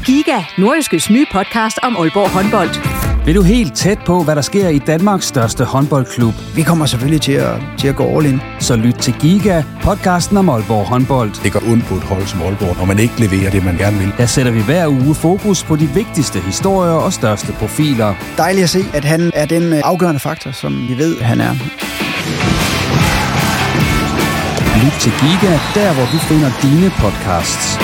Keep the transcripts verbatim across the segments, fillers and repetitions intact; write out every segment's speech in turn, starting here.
Giga, Nordjyskes nye podcast om Aalborg håndbold. Vil du helt tæt på, hvad der sker i Danmarks største håndboldklub? Vi kommer selvfølgelig til at, til at gå all in. Så lyt til Giga, podcasten om Aalborg håndbold. Det går ondt på et hold som Aalborg, når man ikke leverer det, man gerne vil. Der sætter vi hver uge fokus på de vigtigste historier og største profiler. Dejligt at se, at han er den afgørende faktor, som vi ved, han er. Lyt til Giga, der hvor du finder dine podcasts.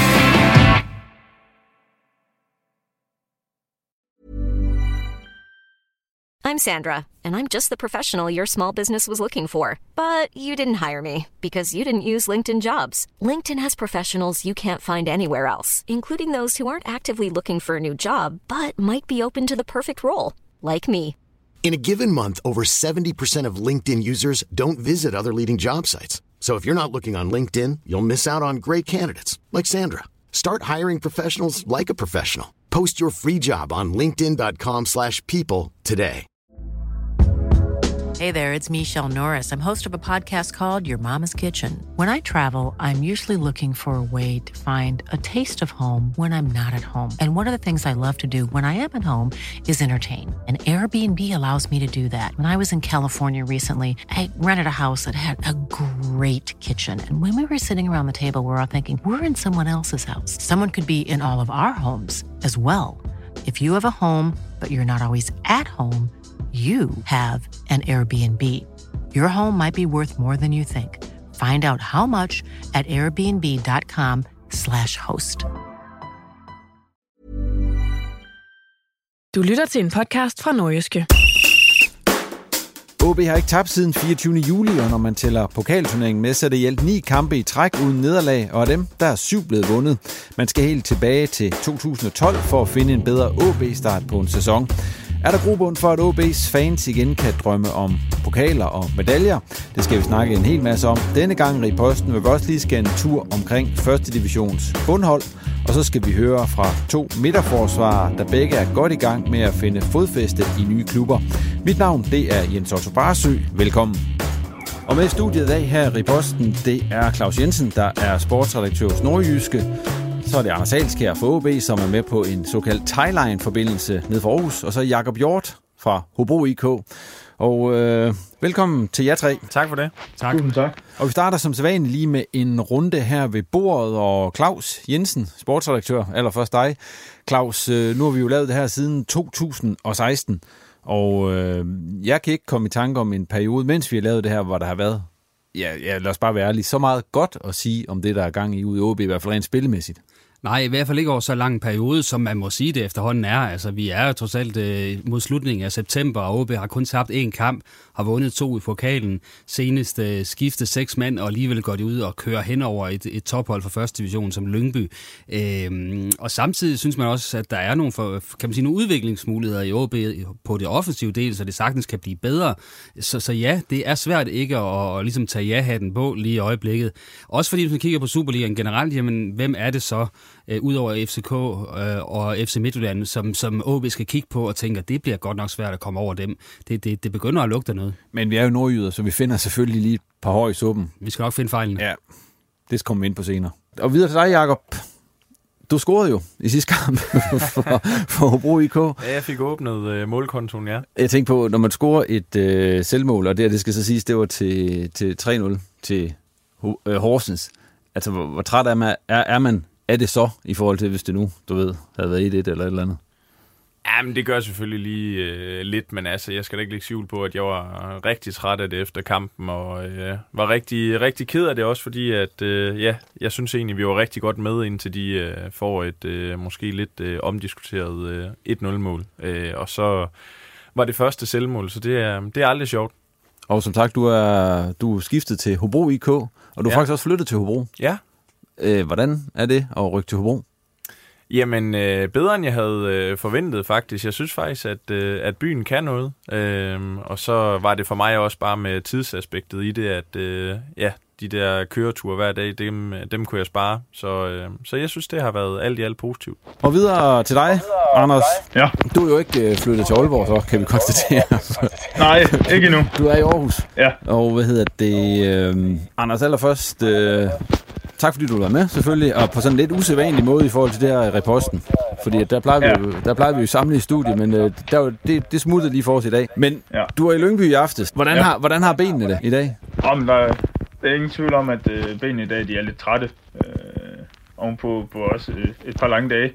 I'm Sandra, and I'm just the professional your small business was looking for. But you didn't hire me because you didn't use LinkedIn Jobs. LinkedIn has professionals you can't find anywhere else, including those who aren't actively looking for a new job, but might be open to the perfect role, like me. In a given month, over seventy percent of LinkedIn users don't visit other leading job sites. So if you're not looking on LinkedIn, you'll miss out on great candidates like Sandra. Start hiring professionals like a professional. Post your free job on linkedin dot com slash people today. Hey there, it's Michelle Norris. I'm host of a podcast called Your Mama's Kitchen. When I travel, I'm usually looking for a way to find a taste of home when I'm not at home. And one of the things I love to do when I am at home is entertain. And Airbnb allows me to do that. When I was in California recently, I rented a house that had a great kitchen. And when we were sitting around the table, we were all thinking, we're in someone else's house. Someone could be in all of our homes as well. If you have a home, but you're not always at home, you have an Airbnb. Your home might be worth more than you think. Find out how much at airbnb dot com slash host. Du lytter til en podcast fra Nordjyske. O B har ikke tabt siden fireogtyvende juli, og når man tæller pokalturneringen med, så er det i alt ni kampe i træk uden nederlag, og af dem, der er syv blevet vundet. Man skal helt tilbage til to tusind og tolv for at finde en bedre O B-start på en sæson. Er der grobund for, at O B's fans igen kan drømme om pokaler og medaljer? Det skal vi snakke en hel masse om. Denne gang i posten vil vi også lige skal en tur omkring første divisions bundhold, og så skal vi høre fra to midterforsvarere, der begge er godt i gang med at finde fodfæste i nye klubber. Mit navn, det er Jens Otto Barsø. Velkommen. Og med i studiet i dag her i posten, det er Claus Jensen, der er sportsredaktør hos Nordjyske. Så er det Anders Alskjær fra O B, som er med på en såkaldt Thailine-forbindelse ned fra Aarhus. Og så Jakob Hjort fra Hobro I K. Og øh, velkommen til jer tre. Tak for det. Tak. Tusind tak. Og vi starter som sædvanligt lige med en runde her ved bordet. Og Claus Jensen, sportsredaktør, allerførst dig. Claus, øh, nu har vi jo lavet det her siden to tusind og seksten. Og øh, jeg kan ikke komme i tanke om en periode, mens vi har lavet det her, hvor der har været, ja, ja lad os bare være ærlige, så meget godt at sige om det, der er gang i ude i O B, i hvert fald rent spillemæssigt. Nej, i hvert fald ikke over så lang periode, som man må sige det efterhånden er. Altså, vi er jo trods alt øh, mod slutningen af september, og O B har kun tabt én kamp, har vundet to i pokalen, senest øh, skiftet seks mand, og alligevel går de ud og kører hen over et, et tophold for første division som Lyngby. Øh, og samtidig synes man også, at der er nogle, for, kan man sige, nogle udviklingsmuligheder i O B på det offensive del, så det sagtens kan blive bedre. Så, så ja, det er svært ikke at, at ligesom tage ja-hatten på lige i øjeblikket. Også fordi, hvis man kigger på Superligaen generelt, jamen, hvem er det så? Uh, Udover F C K uh, og F C Midtjylland, som, som O B skal kigge på og tænker, det bliver godt nok svært at komme over dem. Det, det, det begynder at lugte noget. Men vi er jo nordjyder, så vi finder selvfølgelig lige et par hår i suppen. Vi skal nok finde fejlene. Ja, det skal komme ind på senere. Og videre til dig, Jakob. Du scorede jo i sidste kamp for, for Hobro I K. Ja, jeg fik åbnet øh, målkontoen, ja. Jeg tænkte på, når man scorer et øh, selvmål, og det, det skal så siges, det var til, til tre nul til øh, Horsens. Altså, hvor, hvor træt er man, er, er man er det så, i forhold til, hvis det nu, du ved, havde været et et eller et eller andet? Jamen, det gør selvfølgelig lige øh, lidt, men altså, jeg skal da ikke lægge skjul på, at jeg var rigtig træt af det efter kampen, og øh, var rigtig, rigtig ked af det også, fordi at, øh, ja, jeg synes egentlig, vi var rigtig godt med, indtil de øh, får et øh, måske lidt øh, omdiskuteret øh, et nul-mål. Øh, og så var det første selvmål, så det er, det er aldrig sjovt. Og som sagt, du er, du er skiftet til Hobro I K, og du er ja. faktisk også flyttet til Hobro. Ja. Øh, hvordan er det at rykke til Hobro? Jamen, øh, bedre end jeg havde øh, forventet faktisk. Jeg synes faktisk, at, øh, at byen kan noget. Øh, og så var det for mig også bare med tidsaspektet i det, at øh, ja, de der køreture hver dag, dem, dem kunne jeg spare. Så, øh, så jeg synes, det har været alt i alt positivt. Og videre til dig, Anders. Ja. Du er jo ikke flyttet til Aalborg, så kan vi konstatere. Nej, ikke endnu. Du er i Aarhus. Ja. Og hvad hedder det? Øh, Anders, allerførst... Øh, Tak fordi du var med, selvfølgelig, og på sådan en lidt usædvanlig måde i forhold til det her reposten. Fordi der plejer vi, ja. jo, der plejer vi jo samlet i studiet, men øh, der, det, det smuttede lige for os i dag. Men ja. Du er i Lyngby i aftes. Hvordan, ja. har, hvordan har benene det i dag? Om der, der er ingen tvivl om, at øh, benene i dag de er lidt trætte. Øh, ovenpå på også øh, et par lange dage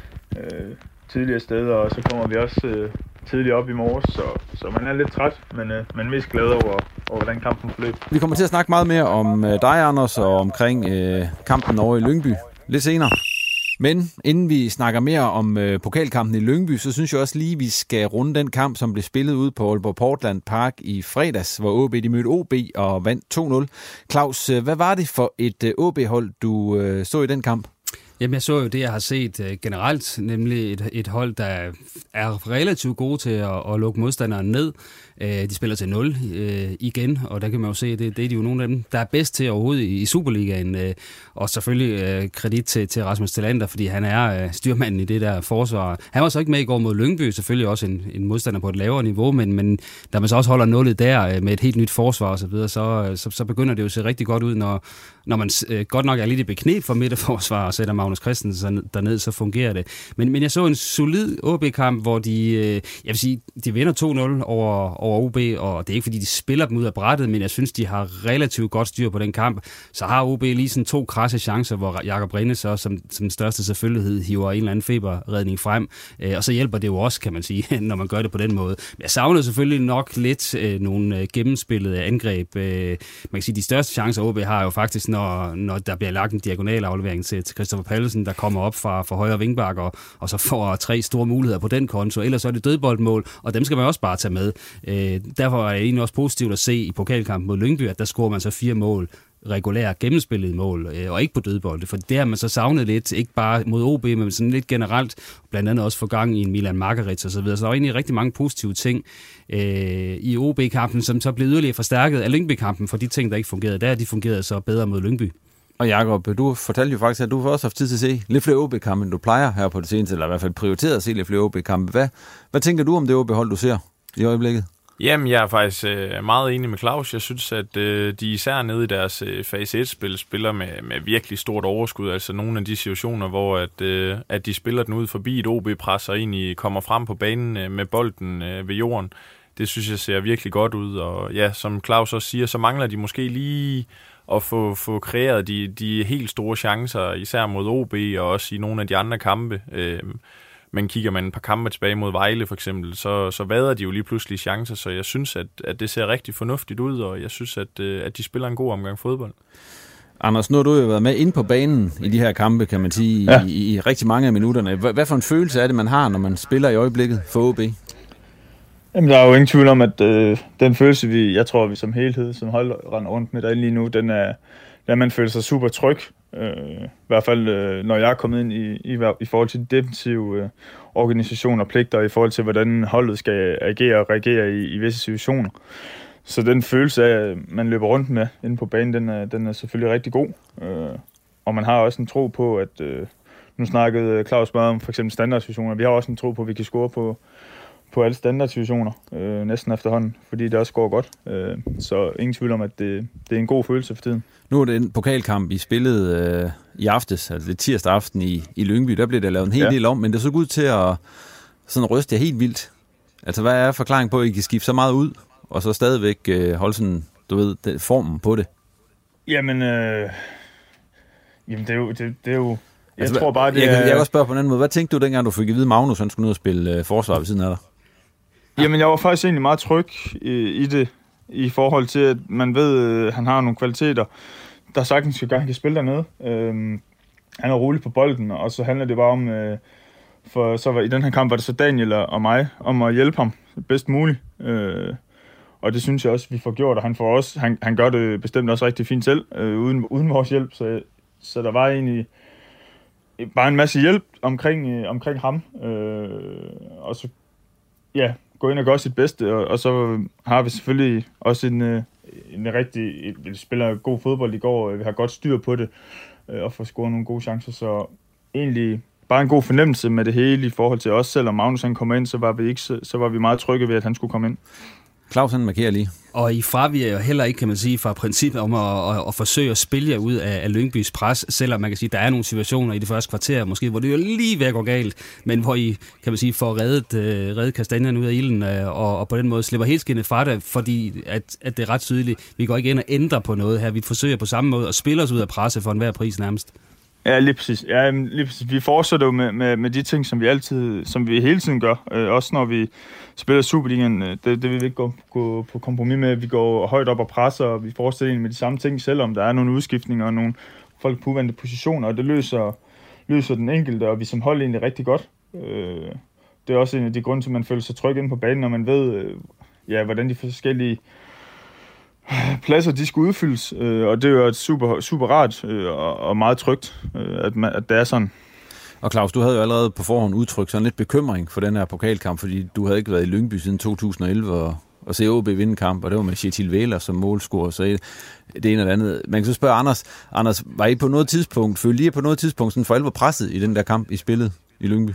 øh, tidligere steder, og så kommer vi også øh, tidligt op i morges, så, så man er lidt træt, men, øh, men mest glad over, over, hvordan kampen forløb. Vi kommer til at snakke meget mere om øh, dig, Anders, og omkring øh, kampen over i Lyngby lidt senere. Men inden vi snakker mere om øh, pokalkampen i Lyngby, så synes jeg også lige, vi skal runde den kamp, som blev spillet ude på Aalborg Portland Park i fredags, hvor A B de mødte O B og vandt to nul. Claus, øh, hvad var det for et øh, A B-hold, du øh, så i den kamp? Jamen, jeg så jo det, jeg har set uh, generelt, nemlig et, et hold, der er relativt gode til at, at lukke modstanderen ned. Uh, de spiller til nul uh, igen, og der kan man jo se, at det, det er de jo nogle af dem, der er bedst til overhovedet i, i Superligaen. Uh, og selvfølgelig uh, kredit til, til Rasmus Thelander, fordi han er uh, styrmanden i det der forsvar. Han var så ikke med i går mod Lyngby, selvfølgelig også en, en modstander på et lavere niveau, men, men da man så også holder nullet der uh, med et helt nyt forsvar og så videre, så, så, så begynder det jo at se rigtig godt ud, når, når man uh, godt nok er lidt i bekneb for midterforsvar og sætter Magnus Christensen derned, så fungerer det. Men, men jeg så en solid O B-kamp, hvor de, øh, jeg vil sige, de vinder to nul over, over O B, og det er ikke fordi, de spiller dem ud af brættet, men jeg synes, de har relativt godt styr på den kamp. Så har O B lige sådan to krasse chancer, hvor Jakob Rinde så som, som største selvfølgelighed hiver en eller anden feberredning frem, øh, og så hjælper det jo også, kan man sige, når man gør det på den måde. Jeg savnede selvfølgelig nok lidt øh, nogle øh, gennemspillede angreb. Øh, man kan sige, de største chancer O B har jo faktisk, når, når der bliver lagt en diagonal aflevering til, til Christopher Pallesen, der kommer op fra, fra højre vingbakker, og, og så får tre store muligheder på den konto. Ellers så er det dødboldmål, og dem skal man også bare tage med. Øh, derfor er det egentlig også positivt at se i pokalkampen mod Lyngby, at der scorer man så fire mål, regulære gennemspillede mål, øh, og ikke på dødbolde, for det har man så savnet lidt, ikke bare mod O B, men sådan lidt generelt, blandt andet også for gang i en Milan Margaret og så videre. Så der er egentlig rigtig mange positive ting øh, i O B-kampen, som så blev yderligere forstærket af Lyngby-kampen, for de ting, der ikke fungerede der, de fungerede så bedre mod Lyngby. Og Jakob, du fortalte jo faktisk, at du har også haft tid til at se lidt flere O B-kampe, end du plejer her på det seneste, eller i hvert fald prioriteret at se lidt flere O B-kampe. Hvad, hvad tænker du om det O B-hold, du ser i øjeblikket? Jamen, jeg er faktisk øh, meget enig med Claus. Jeg synes, at øh, de især nede i deres øh, fase et-spil spiller med, med virkelig stort overskud. Altså nogle af de situationer, hvor at, øh, at de spiller den ud forbi et O B-pres og egentlig kommer frem på banen øh, med bolden øh, ved jorden. Det synes jeg ser virkelig godt ud. Og ja, som Claus også siger, så mangler de måske lige at få, få kreeret de, de helt store chancer, især mod O B og også i nogle af de andre kampe. Øh, men kigger man et par kampe tilbage mod Vejle for eksempel, så, så vader de jo lige pludselig chancer, så jeg synes, at, at det ser rigtig fornuftigt ud, og jeg synes, at, at de spiller en god omgang fodbold. Anders, nu har du jo været med inde på banen i de her kampe, kan man sige, ja. i, i rigtig mange af minutterne. Hvad for en følelse er det, man har, når man spiller i øjeblikket for O B? Jamen, der er jo ingen tvivl om, at øh, den følelse, vi, jeg tror, vi som helhed, som hold render rundt med derinde lige nu, den er, der man føler sig super tryg. Øh, I hvert fald, øh, når jeg er kommet ind i, i, i forhold til defensiv øh, organisation og pligter, i forhold til, hvordan holdet skal agere og reagere i, i visse situationer. Så den følelse af, man løber rundt med inde på banen, den er, den er selvfølgelig rigtig god. Øh, og man har også en tro på, at øh, nu snakkede Claus meget om for eksempel standardsituationer. Vi har også en tro på, at vi kan score på på alle standardsituationer, øh, næsten efterhånden, fordi det også går godt. Øh, så ingen tvivl om, at det, det er en god følelse for tiden. Nu er det en pokalkamp, I spillede øh, i aftes, altså det tirsdag aften i, i Lyngby, der blev der lavet en hel ja. del om, men det så ud til at sådan ryste jer helt vildt. Altså, hvad er forklaringen på, at I kan skifte så meget ud, og så stadigvæk øh, holde sådan, du ved, den, formen på det? Jamen, øh, jamen det er jo... Det, det er jo jeg altså, tror bare, det jeg, er... Jeg kan også spørge på en anden måde. Hvad tænkte du dengang, du fik at vide, Magnus han skulle ned og spille øh, forsvar ved siden af dig? Jamen, jeg var faktisk egentlig meget tryg i, i det, i forhold til, at man ved, at han har nogle kvaliteter, der sagtens skal gerne kan spille dernede. Øhm, han er rolig på bolden, og så handler det bare om, øh, for så var, i den her kamp var det så Daniel og mig, om at hjælpe ham bedst muligt. Øh, og det synes jeg også, vi får gjort, og han, får også, han, han gør det bestemt også rigtig fint selv, øh, uden, uden vores hjælp. Så, så der var egentlig bare en masse hjælp omkring, øh, omkring ham. Øh, og så, ja... gå ind og gøre sit bedste, og, og så har vi selvfølgelig også en, en rigtig... Vi spiller god fodbold i går, og vi har godt styr på det, og får scoret nogle gode chancer, så egentlig bare en god fornemmelse med det hele i forhold til os. Selvom Magnus han kom ind, så var vi, ikke, så, så var vi meget trygge ved, at han skulle komme ind. Claus han markerer lige. Og I fraviger jo heller ikke, kan man sige, fra princippet om at, at, at forsøge at spille jer ud af, af Lyngbys pres, selvom man kan sige, at der er nogle situationer i det første kvarter, måske, hvor det jo lige ved at gå galt, men hvor I, kan man sige, får reddet, uh, reddet kastanjerne ud af ilden, uh, og, og på den måde slipper helt skinnet fra det, fordi at, at det er ret tydeligt. Vi går ikke ind og ændrer på noget her. Vi forsøger på samme måde at spille os ud af presse for enhver pris nærmest. Ja, lige præcis. Ja, lige præcis. Vi fortsætter jo med, med, med de ting, som vi altid, som vi hele tiden gør. Øh, også når vi spiller Superligaen, det, det vil vi ikke gå, gå på kompromis med. Vi går højt op og presser, og vi fortsætter med de samme ting, selvom der er nogle udskiftninger og nogle folk på uvante positioner, og det løser, løser den enkelte, og vi som hold egentlig rigtig godt. Øh, det er også en af de grunde til, at man føler sig tryg inde på banen, når man ved, øh, ja, hvordan de forskellige pladser, de skal udfyldes, øh, og det er jo et super, super rart øh, og, og meget trygt, øh, at, man, at det er sådan. Og Claus, du havde jo allerede på forhånd udtrykt sådan lidt bekymring for den her pokalkamp, fordi du havde ikke været i Lyngby siden to tusind og elleve og, og se O B vinde kamp, og det var med Kjetil Wähler som målscorer, så det ene eller andet. Man kan så spørge Anders, Anders, var I på noget tidspunkt, følte I på noget tidspunkt sådan for alvor presset i den der kamp, I spillede i Lyngby?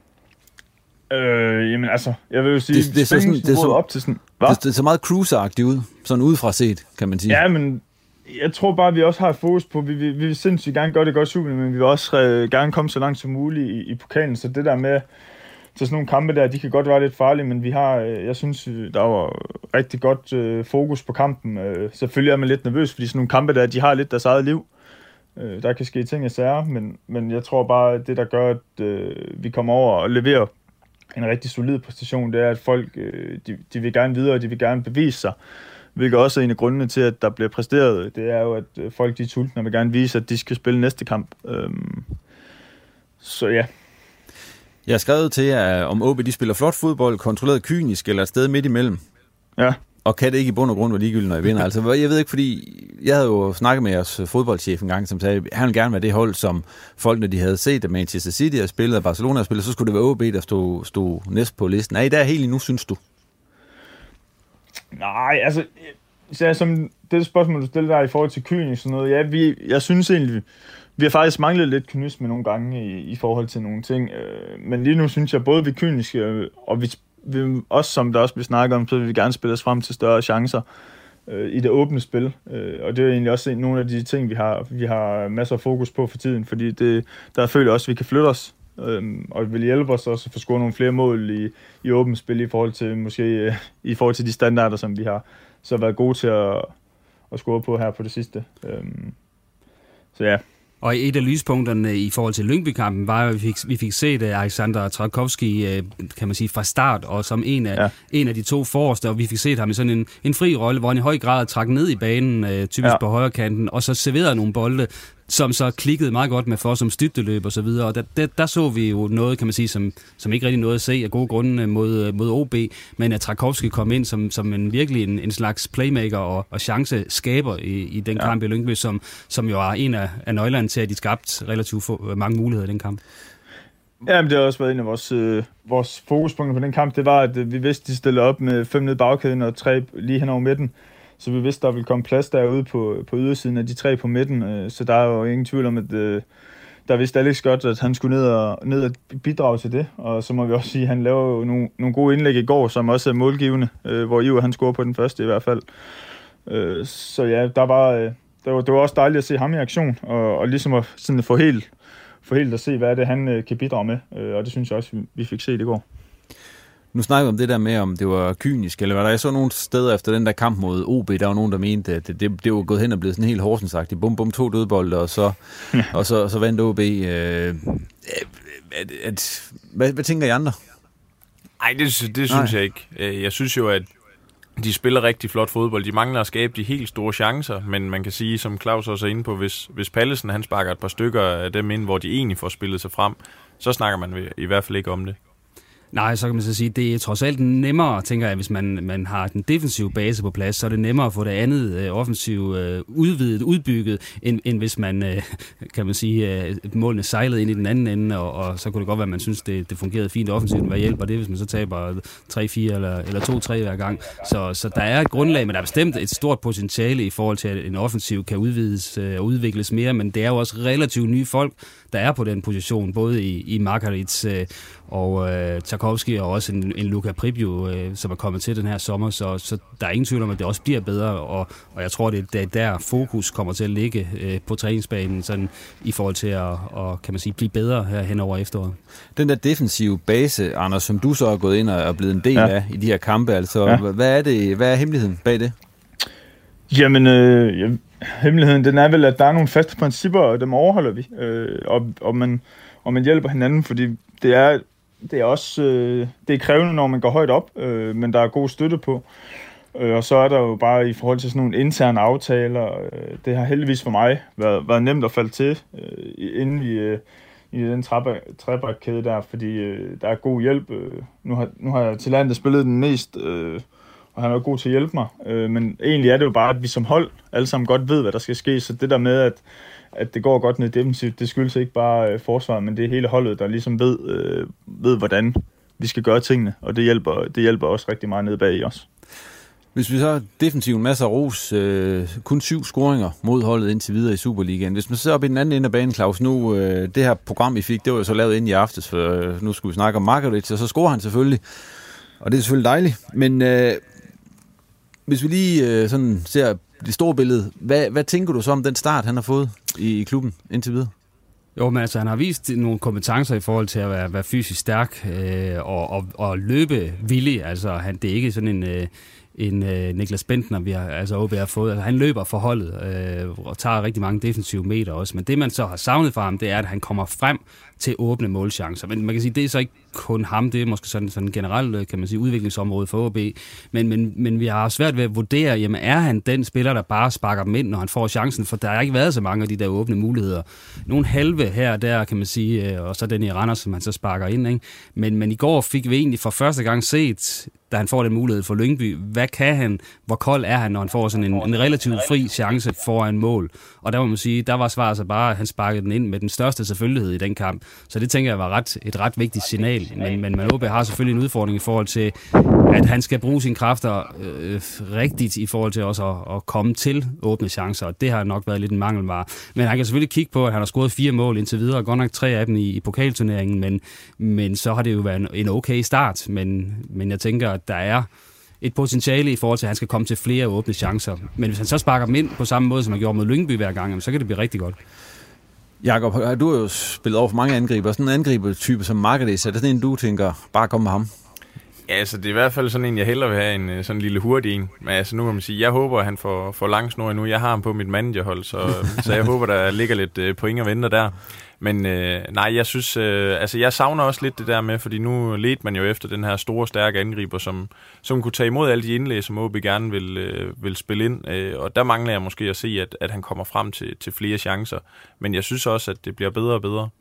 Øh, jamen altså, jeg vil jo sige, det, det, er så sådan, det, er så, op til sådan, det, det er så meget cruiser-agtigt ud, sådan udefra set, kan man sige. Ja, men jeg tror bare, at vi også har fokus på, vi, vi, vi vil sindssygt gerne gøre det godt super, men vi vil også øh, gerne komme så langt som muligt i, i pokalen, så det der med, så sådan nogle kampe der, de kan godt være lidt farlige, men vi har, øh, jeg synes, der var rigtig godt øh, fokus på kampen. Øh, selvfølgelig er man lidt nervøs, fordi sådan nogle kampe der, de har lidt deres eget liv. Øh, der kan ske ting og sager, men, men jeg tror bare, at det der gør, at øh, vi kommer over og leverer en rigtig solid præstation, det er, at folk øh, de, de vil gerne videre, og de vil gerne bevise sig. Hvilket også er en af grundene til, at der bliver præsteret. Det er jo, at folk de er sultne og vil gerne vise, at de skal spille næste kamp. Øhm, så ja. Jeg har skrevet til jer, om O B de spiller flot fodbold, kontrolleret kynisk eller et sted midt imellem. Ja. Og kan det ikke i bund og grund være ligegyldigt, når I vinder? Altså, jeg ved ikke, fordi jeg havde jo snakket med jeres fodboldchef en gang, som sagde, at han ville gerne være det hold, som folkene de havde set, at Manchester City har spillet, og Barcelona har spillet, så skulle det være O B, der stod, stod næst på listen. Er I der helt nu, synes du? Nej, altså, så som det spørgsmål, du stiller der i forhold til kynisk og sådan noget, ja, vi, jeg synes egentlig, vi har faktisk manglet lidt kynisme nogle gange i, i forhold til nogle ting, øh, men lige nu synes jeg, både vi er kyniske, og vi, vi også, som der også bliver snakket om, så vil vi gerne spille os frem til større chancer øh, i det åbne spil, øh, og det er egentlig også nogle af de ting, vi har, vi har masser af fokus på for tiden, fordi det, der føler også, at vi kan flytte os, Øhm, og det vil hjælpe os også at få scoret nogle flere mål i, i åbent spil i forhold til måske øh, i forhold til de standarder, som vi har så været gode til at, at score på her på det sidste. Øhm, så ja. Og et af lyspunkterne i forhold til Lyngby-kampen var, at vi fik, vi fik set Alexander Trzaskowski, kan man sige, fra start, og som en af, ja. en af de to forreste, og vi fik set ham i sådan en, en fri rolle, hvor han i høj grad trak ned i banen, typisk ja. på højre kanten, og så serverede nogle bolde, som så klikkede meget godt med for som styrteløb og så videre, og der, der, der så vi jo noget, kan man sige, som, som ikke rigtig noget at se af gode grunde mod, mod O B, men at Trzaskowski kom ind som, som en virkelig en, en slags playmaker og, og chanceskaber i, i den ja. kamp i Lyngby, som, som jo er en af, af nøglerne til, at de skabte relativt få, mange muligheder i den kamp. Ja, men det har også været en af vores, øh, vores fokuspunkter på den kamp, det var, at vi vidste, de stillede op med fem ned bagkæden og tre lige hen over midten. Så vi vidste, der ville komme plads derude på, på ydersiden af de tre på midten. Så der er jo ingen tvivl om, at øh, der vidste Alex godt, at han skulle ned og, ned og bidrage til det. Og så må vi også sige, at han lavede jo nogle, nogle gode indlæg i går, som også er målgivende, øh, hvor Iver han scorede på den første i hvert fald. Øh, så ja, der var, øh, der var, det var også dejligt at se ham i aktion, og, og ligesom at, sådan at få, helt, få helt at se, hvad det han øh, kan bidrage med. Øh, og det synes jeg også, vi, vi fik set i går. Nu snakker vi om det der med, om det var kynisk, eller hvad der er så nogle steder efter den der kamp mod O B, der var nogen, der mente, at det, det, det var gået hen og blevet sådan helt horsensagtigt. Bum, bum, to dødbolde, og så, ja. og så, og så vandt O B. Øh, at, at, hvad, hvad tænker I andre? Nej, det, det synes Nej. jeg ikke. Jeg synes jo, at de spiller rigtig flot fodbold. De mangler at skabe de helt store chancer, men man kan sige, som Claus også er inde på, hvis, hvis Pallesen han sparker et par stykker af dem ind, hvor de egentlig får spillet sig frem, så snakker man i hvert fald ikke om det. Nej, så kan man så sige, det er trods alt nemmere, tænker jeg, hvis man, man har den defensive base på plads, så er det nemmere at få det andet øh, offensivt øh, udvidet, udbygget, end, end hvis man, øh, kan man sige, øh, målene sejlede ind i den anden ende, og, og så kunne det godt være, at man synes, det, det fungerede fint offensivt. Hvad hjælper det, hvis man så taber tre fire eller, eller to tre hver gang? Så, så der er et grundlag, men der er bestemt et stort potentiale i forhold til, at en offensiv kan udvides og øh, udvikles mere, men det er jo også relativt nye folk, der er på den position, både i, i Margarit øh, og øh, Tarkovski, og også en, en Luka Pripju, øh, som er kommet til den her sommer, så, så der er ingen tvivl om, at det også bliver bedre, og, og jeg tror, det er der fokus kommer til at ligge øh, på træningsbanen, sådan i forhold til at og, kan man sige, blive bedre her hen over efteråret. Den der defensive base, Anders, som du så har gået ind og er blevet en del ja. af i de her kampe, altså, ja. hvad er det, hvad er hemmeligheden bag det? Jamen, øh, ja, hemmeligheden, den er vel, at der er nogle faste principper, og dem overholder vi, øh, og, og, man, og man hjælper hinanden, fordi det er, det er også øh, det er krævende, når man går højt op, øh, men der er god støtte på. Øh, og så er der jo bare i forhold til sådan nogle interne aftaler, øh, det har heldigvis for mig været, været nemt at falde til, øh, inden vi øh, i den trebakkæde der, fordi øh, der er god hjælp. Øh, nu har, nu har jeg til landet spillet den mest, øh, og han er god til at hjælpe mig. Øh, men egentlig er det jo bare, at vi som hold alle sammen godt ved, hvad der skal ske. Så det der med, at, at det går godt ned defensivt, det skyldes ikke bare øh, forsvaret, men det er hele holdet, der ligesom ved, øh, ved, hvordan vi skal gøre tingene. Og det hjælper, det hjælper også rigtig meget ned bag i os. Hvis vi så defensivt en masse af ros, øh, kun syv scoringer mod holdet indtil videre i Superligaen. Hvis man så op i den anden ende af banen, Claus, nu øh, det her program, vi fik, det var jo så lavet ind i aftes, for øh, nu skulle vi snakke om Margaret, og så scorer han selvfølgelig. Og det er selvfølgelig dejligt. Men øh, hvis vi lige øh, sådan ser det store billede, hvad, hvad tænker du så om den start, han har fået i, i klubben indtil videre? Jo, men altså, han har vist nogle kompetencer i forhold til at være, være fysisk stærk øh, og, og, og løbe villig. Altså, han, det er ikke sådan en... Øh, en øh, Niklas Bentner, vi har, altså O B har fået. Altså, han løber for holdet øh, og tager rigtig mange defensive meter også. Men det, man så har savnet fra ham, det er, at han kommer frem til åbne målchancer. Men man kan sige, det er så ikke kun ham, det er måske sådan sådan generelt, kan man sige, udviklingsområde for O B. Men, men, men vi har svært ved at vurdere, jamen er han den spiller, der bare sparker dem ind, når han får chancen? For der har ikke været så mange af de der åbne muligheder. Nogle halve her og der, kan man sige, og så den i Randers, som han så sparker ind. Ikke? Men, men i går fik vi egentlig for første gang set, da han får den mulighed for Lyngby, hvad kan han, hvor kold er han, når han får sådan en, en relativt fri chance foran mål. Og der må man sige, der var svaret så bare, at han sparkede den ind med den største selvfølgelighed i den kamp. Så det tænker jeg var ret, et ret vigtigt signal. Men, men man O B har selvfølgelig en udfordring i forhold til, at han skal bruge sine kræfter øh, rigtigt i forhold til også at, at komme til åbne chancer. Og det har nok været lidt en mangelvare. Men han kan selvfølgelig kigge på, at han har scoret fire mål indtil videre, godt nok tre af dem i, i pokalturneringen, men, men så har det jo været en, en okay start. Men, men jeg tænker, at der er et potentiale i forhold til, at han skal komme til flere åbne chancer. Men hvis han så sparker dem ind på samme måde, som han gjorde mod Lyngby hver gang, så kan det blive rigtig godt. Jakob, du har jo spillet over for mange angriber. Sådan en angribertype som Margaret, er det sådan en, du tænker, bare kom med ham? Ja, altså det er i hvert fald sådan en, jeg hellere vil have en sådan en lille hurtig en. Men altså nu kan man sige, jeg håber, at han får, får lang snor endnu. Jeg har ham på mit managerhold, så, så jeg håber, der ligger lidt point og venter der. Men øh, nej, jeg synes, øh, altså jeg savner også lidt det der med, fordi nu ledte man jo efter den her store, stærke angriber, som, som kunne tage imod alle de indlæg, som O B gerne vil, øh, vil spille ind. Øh, og der mangler jeg måske at se, at, at han kommer frem til, til flere chancer. Men jeg synes også, at det bliver bedre og bedre.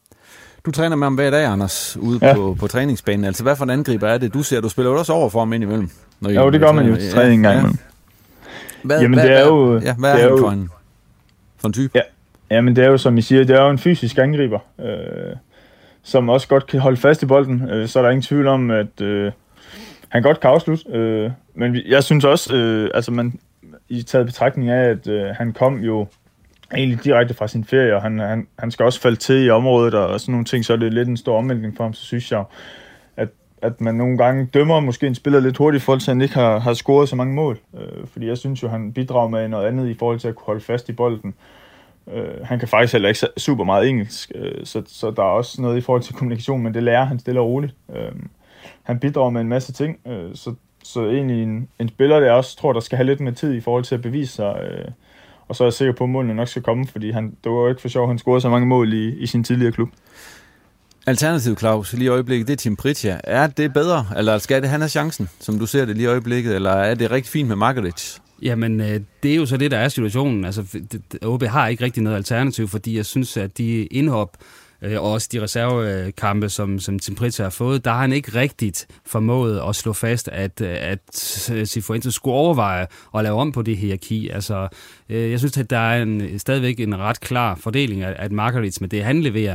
Du træner med ham hver dag, Anders, ude ja. på, på træningsbanen. Altså, hvad for en angriber er det, du ser? Du spiller jo også over for ham ind imellem. Jo, det gør man jo til træning engang imellem. Hvad, Jamen, hvad, det er jo... Ja, hvad er, er han for en, for en type? Ja. Jamen, det er jo, som I siger, det er jo en fysisk angriber, øh, som også godt kan holde fast i bolden. Øh, så er der ingen tvivl om, at øh, han godt kan afslutte. Øh, men jeg synes også, øh, altså man i taget betragtning af, at øh, han kom jo egentlig direkte fra sin ferie, og han, han, han skal også falde til i området og sådan nogle ting, så er det lidt en stor omvæltning for ham, så synes jeg, at, at man nogle gange dømmer måske en spiller lidt hurtigt i forhold til, at han ikke har, har scoret så mange mål. Øh, fordi jeg synes jo, han bidrager med noget andet i forhold til at kunne holde fast i bolden. Uh, han kan faktisk heller ikke super meget engelsk, uh, så, så der er også noget i forhold til kommunikation, men det lærer han stille og roligt. Uh, han bidrager med en masse ting, uh, så, så egentlig en, en spiller, der også tror, der skal have lidt mere tid i forhold til at bevise sig, uh, og så er jeg sikker på, at målene nok skal komme, fordi han, det var jo ikke for sjov, at han scorede så mange mål i, i sin tidligere klub. Alternativ, Claus, lige i øjeblikket, det er Tim Pritja. Er det bedre, eller skal det han have chancen, som du ser det lige i øjeblikket, eller er det rigtig fint med Margaret? Jamen, det er jo så det, der er situationen. Altså, O B har ikke rigtig noget alternativ, fordi jeg synes, at de indhop, og også de reservekampe, som, som Tim Pritja har fået, der har han ikke rigtigt formået at slå fast, at, at Cifuentes skulle overveje at lave om på det hierarki. Altså, jeg synes, at der er en, stadigvæk en ret klar fordeling, at Margaret med det, han leverer,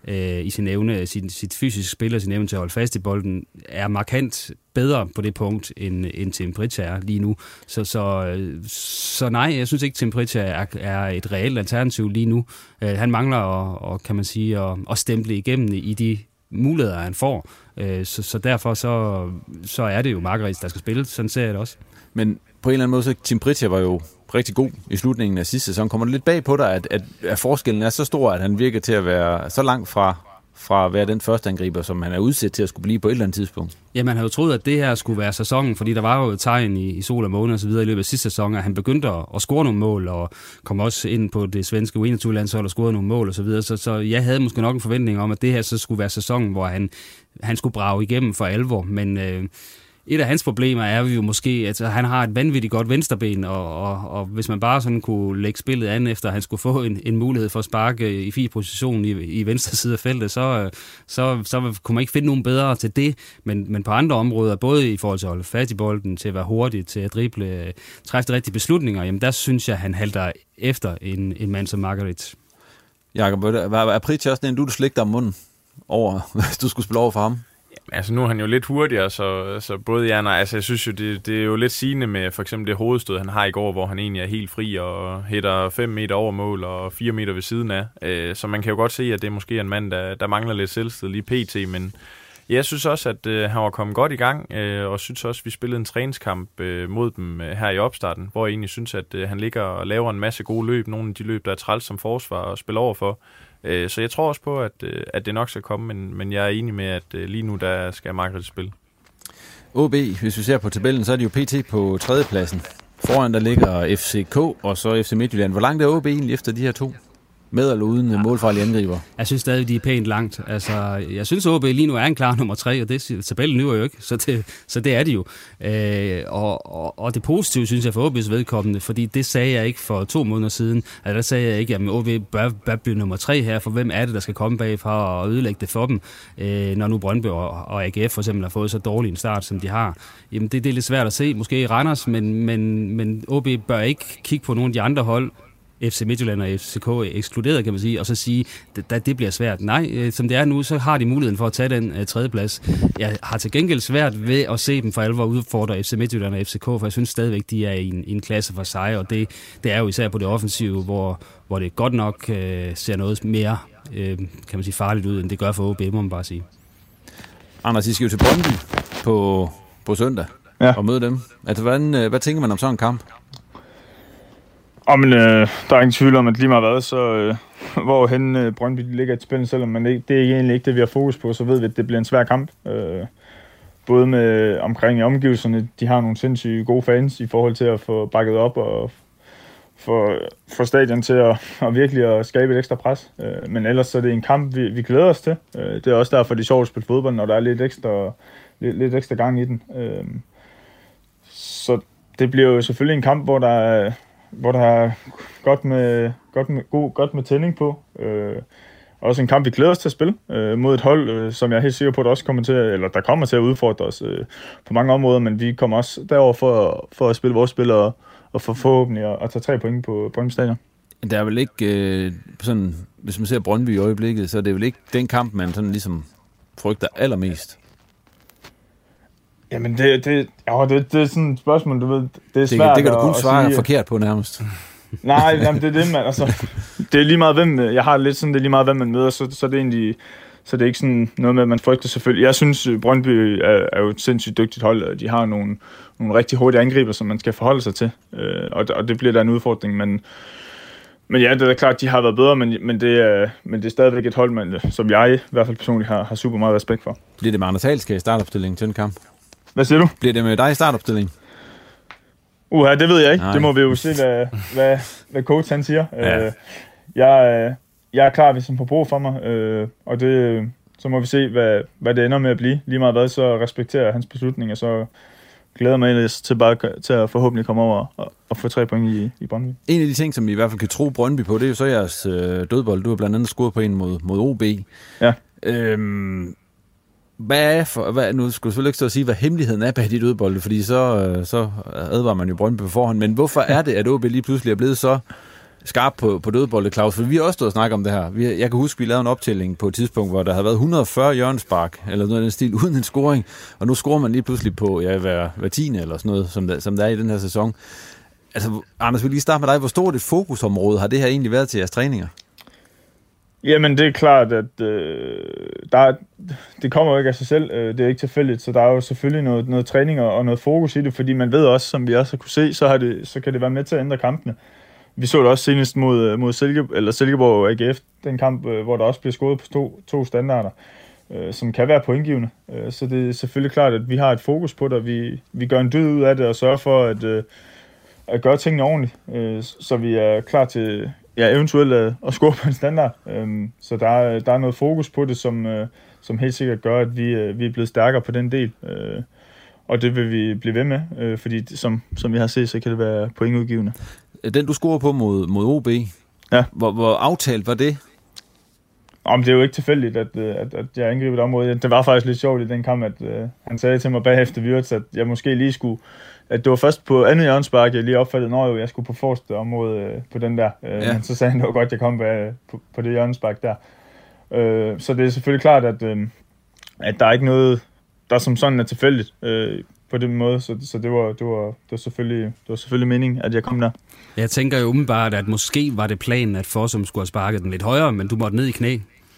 øh, i sin evne, sit, sit fysiske spil og sin evne til at holde fast i bolden, er markant bedre på det punkt, end, end Tim Pritchard er lige nu. Så, så, så nej, jeg synes ikke, Tim Pritchard er, er et reelt alternativ lige nu. Øh, han mangler at, og, kan man sige, at, at stemple igennem i de muligheder, han får. Øh, så, så derfor så, så er det jo Margaret, der skal spille. Sådan ser jeg det også. Men på en eller anden måde, så Tim Pritchard var jo rigtig god i slutningen af sidste sæson. Kommer det lidt bag på dig, at, at, at forskellen er så stor, at han virker til at være så langt fra, fra at være den første angriber, som han er udsat til at skulle blive på et eller andet tidspunkt? Ja, man havde jo troet, at det her skulle være sæsonen, fordi der var jo et tegn i, i sol og måne og så videre i løbet af sidste sæson, at han begyndte at, at score nogle mål, og kom også ind på det svenske U enogtyve-landshold og scorede nogle mål og så videre. Så, så jeg havde måske nok en forventning om, at det her så skulle være sæsonen, hvor han, han skulle brage igennem for alvor, men øh, et af hans problemer er jo måske, at han har et vanvittigt godt venstreben, og, og, og hvis man bare sådan kunne lægge spillet an, efter at han skulle få en, en mulighed for at sparke i fri position i, i venstre side af feltet, så, så, så kunne man ikke finde nogen bedre til det. Men, men på andre områder, både i forhold til at holde fat i bolden, til at være hurtig, til at drible, træffe de rigtige beslutninger, jamen der synes jeg, han halter efter en, en mand som Margaret. Jakob, er Pritchard også en, du slægter om munden over, hvis du skulle spille over for ham? Altså nu er han jo lidt hurtigere, så, så både ja og altså jeg synes jo, det, det er jo lidt sigende med for eksempel det hovedstød, han har i går, hvor han egentlig er helt fri og hætter fem meter over mål og fire meter ved siden af. Øh, så man kan jo godt se, at det måske er en mand, der, der mangler lidt selvstid lige pt, men jeg synes også, at øh, han var kommet godt i gang, øh, og synes også, at vi spillede en træningskamp øh, mod dem øh, her i opstarten, hvor jeg egentlig synes, at øh, han ligger og laver en masse gode løb, nogle af de løb, der er træls som forsvar og spiller over for. Så jeg tror også på, at, at det nok skal komme, men, men jeg er enig med, at lige nu der skal Margaret spille. O B, hvis vi ser på tabellen, så er de jo pt. På tredjepladsen. Foran der ligger F C K og så F C Midtjylland. Hvor langt er O B egentlig efter de her to? Med eller uden ja. målfarlige angriber? Jeg synes stadig, de er pænt langt. Altså, jeg synes, O B lige nu er en klar nummer tre, og det tabellen nu er jo ikke, så det, så det er de jo. Øh, og, og, og det positive, synes jeg, for O B's vedkommende, fordi det sagde jeg ikke for to måneder siden. Altså, der sagde jeg ikke, at O B bør, bør blive nummer tre her, for hvem er det, der skal komme bagfra og ødelægge det for dem, øh, når nu Brøndby og, og A G F for eksempel har fået så dårlig en start, som de har. Jamen, det, det er lidt svært at se, måske i Randers, men, men, men O B bør ikke kigge på nogle af de andre hold, F C Midtjylland og F C K ekskluderet, kan man sige, og så sige, at det bliver svært. Nej, som det er nu, så har de muligheden for at tage den uh, tredje plads. Jeg har til gengæld svært ved at se dem for alvor udfordre F C Midtjylland og F C K, for jeg synes stadigvæk, de er i en, i en klasse for sig, og det, det er jo især på det offensive, hvor, hvor det godt nok uh, ser noget mere uh, kan man sige, farligt ud, end det gør for O B, må man bare sige. Anders, I skal jo til Brøndby på, på søndag ja. og møde dem. Altså, hvordan, hvad tænker man om sådan en kamp? Oh, men, øh, der er ingen tvivl om, at lige meget hvad, så øh, hvorhen øh, Brøndby ligger i spil, selvom man ikke, det er egentlig ikke det, vi har fokus på, så ved vi, at det bliver en svær kamp. Øh, både med omkring i omgivelserne, de har nogle sindssygt gode fans i forhold til at få bakket op og få, få stadion til at, at virkelig at skabe et ekstra pres. Øh, men ellers så er det en kamp, vi, vi glæder os til. Øh, det er også derfor, det er sjovt at spille fodbold, når der er lidt ekstra, lidt, lidt ekstra gang i den. Øh, så det bliver jo selvfølgelig en kamp, hvor der er hvor der er godt med, godt med, god, godt med tænding på. Øh, også en kamp, vi glæder os til at spille øh, mod et hold, øh, som jeg er helt sikker på, at også kommer til at, eller der kommer til at udfordre os øh, på mange områder, men vi kommer også derover for, for at spille vores spil og, og for forhåbentlig at, at tage tre point på Brøndby Stadion. Der er vel ikke øh, sådan, hvis man ser Brøndby i øjeblikket, så er det vel ikke den kamp, man sådan ligesom frygter allermest? Jamen, det, det, ja, det, det er sådan et spørgsmål, du ved, det er svært det, det kan du kun at, svare at sige, forkert på nærmest. Nej, jamen, det er det, man, altså, det er lige meget, hvem, jeg har lidt sådan, det er lige meget, hvem man møder, så, så det er egentlig, så det er ikke sådan noget med, at man frygter selvfølgelig. Jeg synes, Brøndby er, er jo et sindssygt dygtigt hold, og de har nogle, nogle rigtig hurtige angriber, som man skal forholde sig til, øh, og, og det bliver da en udfordring, men, men ja, det er klart, de har været bedre, men, men, det, er, men det er stadigvæk et hold, man, som jeg i hvert fald personligt har, har super meget respekt for. Bliver det med Anders Halske i startopstillingen til den kamp? Hvad siger du? Bliver det med dig i startopstillingen? Uha, det ved jeg ikke. Nej. Det må vi jo se, hvad, hvad, hvad coach han siger. Ja. Uh, jeg, jeg er klar, hvis han får brug for mig, uh, og det, så må vi se, hvad, hvad det ender med at blive. Lige meget hvad, så respekterer jeg hans beslutning, og så glæder mig ellers til, bare, til at forhåbentlig komme over og, og få tre point i, i Brøndby. En af de ting, som vi i hvert fald kan tro Brøndby på, det er jo så jeres øh, dødbold. Du har blandt andet scoret på en mod, mod O B. Ja. Øhm, Hvad er for, hvad, nu skulle jeg selvfølgelig ikke stå at sige, hvad hemmeligheden er bag de dødbolde, fordi så, så advarer man jo Brøndby på forhånd, men hvorfor er det, at O B lige pludselig er blevet så skarp på, på dødbolde, Claus, for vi har også stået og snakket om det her. Vi, jeg kan huske, vi lavede en optælling på et tidspunkt, hvor der havde været et hundrede og fyrre hjørnespark, eller noget af den stil, uden en scoring, og nu scorer man lige pludselig på ja, hver, hver tiende, eller sådan noget, som der, som der er i den her sæson. Altså, Anders, vil lige starte med dig. Hvor stort et fokusområde har det her egentlig været til jeres træninger? Jamen, det er klart, at øh, der er, det kommer jo ikke af sig selv. Øh, det er ikke tilfældigt, så der er jo selvfølgelig noget, noget træning og noget fokus i det, fordi man ved også, som vi også har kunne se, så, har det, så kan det være med til at ændre kampene. Vi så det også senest mod, mod Silke, eller Silkeborg A G F, den kamp, hvor der også bliver scoret på to, to standarder, øh, som kan være pointgivende. Øh, så det er selvfølgelig klart, at vi har et fokus på det, og vi, vi gør en dyd ud af det, og sørger for at, øh, at gøre tingene ordentligt, øh, så vi er klar til ja, eventuelt at, at score på en standard. Øh, så der er, der er noget fokus på det, som, øh, som helt sikkert gør, at vi, øh, vi er blevet stærkere på den del. Øh, og det vil vi blive ved med, øh, fordi som, som vi har set, så kan det være pointudgivende. Den, du scorer på mod, mod O B, ja. hvor, hvor aftalt var det? Om det er jo ikke tilfældigt, at, at, at jeg angriber det område. Det var faktisk lidt sjovt i den kamp, at uh, han sagde til mig bagefter Wirtz, at jeg måske lige skulle... At det var først på andet hjørnespark, jeg lige opfattede, når jeg skulle på forreste område uh, på den der. Uh, ja. Men så sagde han, det var godt, jeg kom på, på, på det hjørnespark der. Uh, så det er selvfølgelig klart, at, uh, at der er ikke noget, der som sådan er tilfældigt uh, på den måde. Så, så det, var, det, var, det, var selvfølgelig, det var selvfølgelig meningen, at jeg kom der. Jeg tænker jo umiddelbart, at måske var det planen, at Fossum skulle have sparket den lidt højere, men du måtte ned i knæ.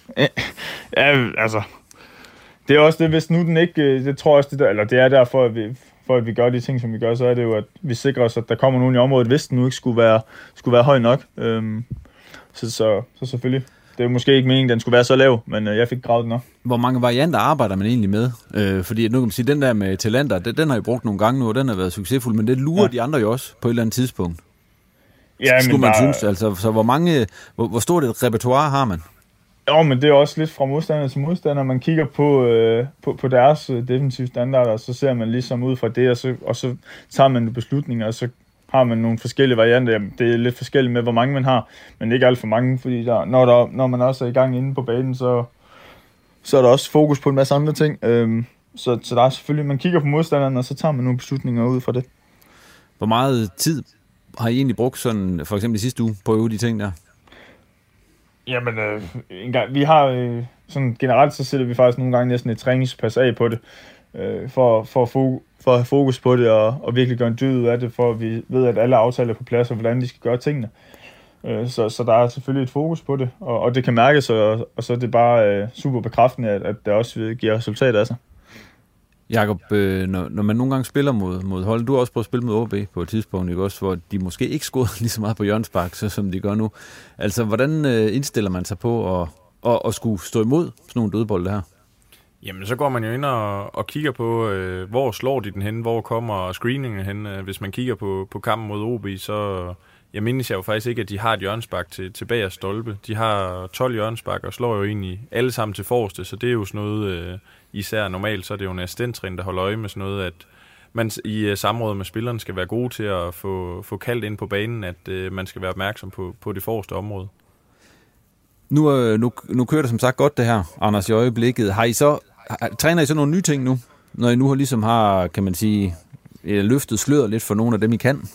Ja, altså... Det er også det, hvis nu den ikke... Det tror jeg også, det der, eller det er derfor, at vi, for at vi gør de ting, som vi gør, så er det jo, at vi sikrer os, at der kommer nogen i området, hvis den nu ikke skulle være, skulle være høj nok. Øhm, så, så, så selvfølgelig. Det er måske ikke meningen, at den skulle være så lav, men øh, jeg fik gravet den op. Hvor mange varianter arbejder man egentlig med? Øh, fordi nu kan man sige, den der med talenter, den, den har I brugt nogle gange nu, og den har været succesfuld, men det lurer ja. de andre jo også på et eller andet tidspunkt. Ja, skulle man der... synes, altså, så hvor mange, hvor, hvor stort et repertoire har man? Jo, men det er også lidt fra modstander til modstander. Man kigger på, øh, på, på deres defensive standarder, og så ser man ligesom ud fra det, og så, og så tager man beslutninger, og så har man nogle forskellige varianter. Jamen, det er lidt forskelligt med, hvor mange man har, men ikke alt for mange, fordi der, når, der, når man også er i gang inde på banen, så, så er der også fokus på en masse andre ting. Øhm, så, så der er selvfølgelig, man kigger på modstanderne, og så tager man nogle beslutninger ud fra det. Hvor meget tid har I egentlig brugt sådan, for eksempel i sidste uge, på at øve de ting der? Jamen, øh, en gang, vi har øh, sådan generelt, så sætter vi faktisk nogle gange næsten et træningspas af på det, øh, for, for, at fo- for at have fokus på det, og, og virkelig gøre en dyd ud af det, for at vi ved, at alle aftaler er på plads, og hvordan de skal gøre tingene. Øh, så, så der er selvfølgelig et fokus på det, og, og det kan mærkes, og, og så er det bare øh, super bekræftende, at, at det også giver resultat af sig. Jakob, øh, når, når man nogle gange spiller mod, mod hold, du har også prøvet at spille mod O B på et tidspunkt, ikke også, hvor de måske ikke scorede lige så meget på hjørnespark, så som de gør nu. Altså, hvordan øh, indstiller man sig på at, at, at skulle stå imod sådan nogle dødbolde her? Jamen, så går man jo ind og, og kigger på, øh, hvor slår de den hen, hvor kommer screeningen hen. Hvis man kigger på, på kampen mod O B, så jeg mindes jeg jo faktisk ikke, at de har et hjørnespark til, til bagerst stolpe. De har tolv hjørnespark og slår jo egentlig alle sammen til forreste, så det er jo sådan noget... Øh, Især normalt, så er det jo en assistenttræner, der holder øje med sådan noget, at man i uh, samråd med spillerne skal være gode til at få, få kaldt ind på banen, at uh, man skal være opmærksom på, på det forreste område. Nu, øh, nu, nu kører det som sagt godt det her, Anders, i øjeblikket. Har I så, har, træner I så nogle nye ting nu, når I nu har ligesom har, kan man sige, løftet sløret lidt for nogle af dem, I kan?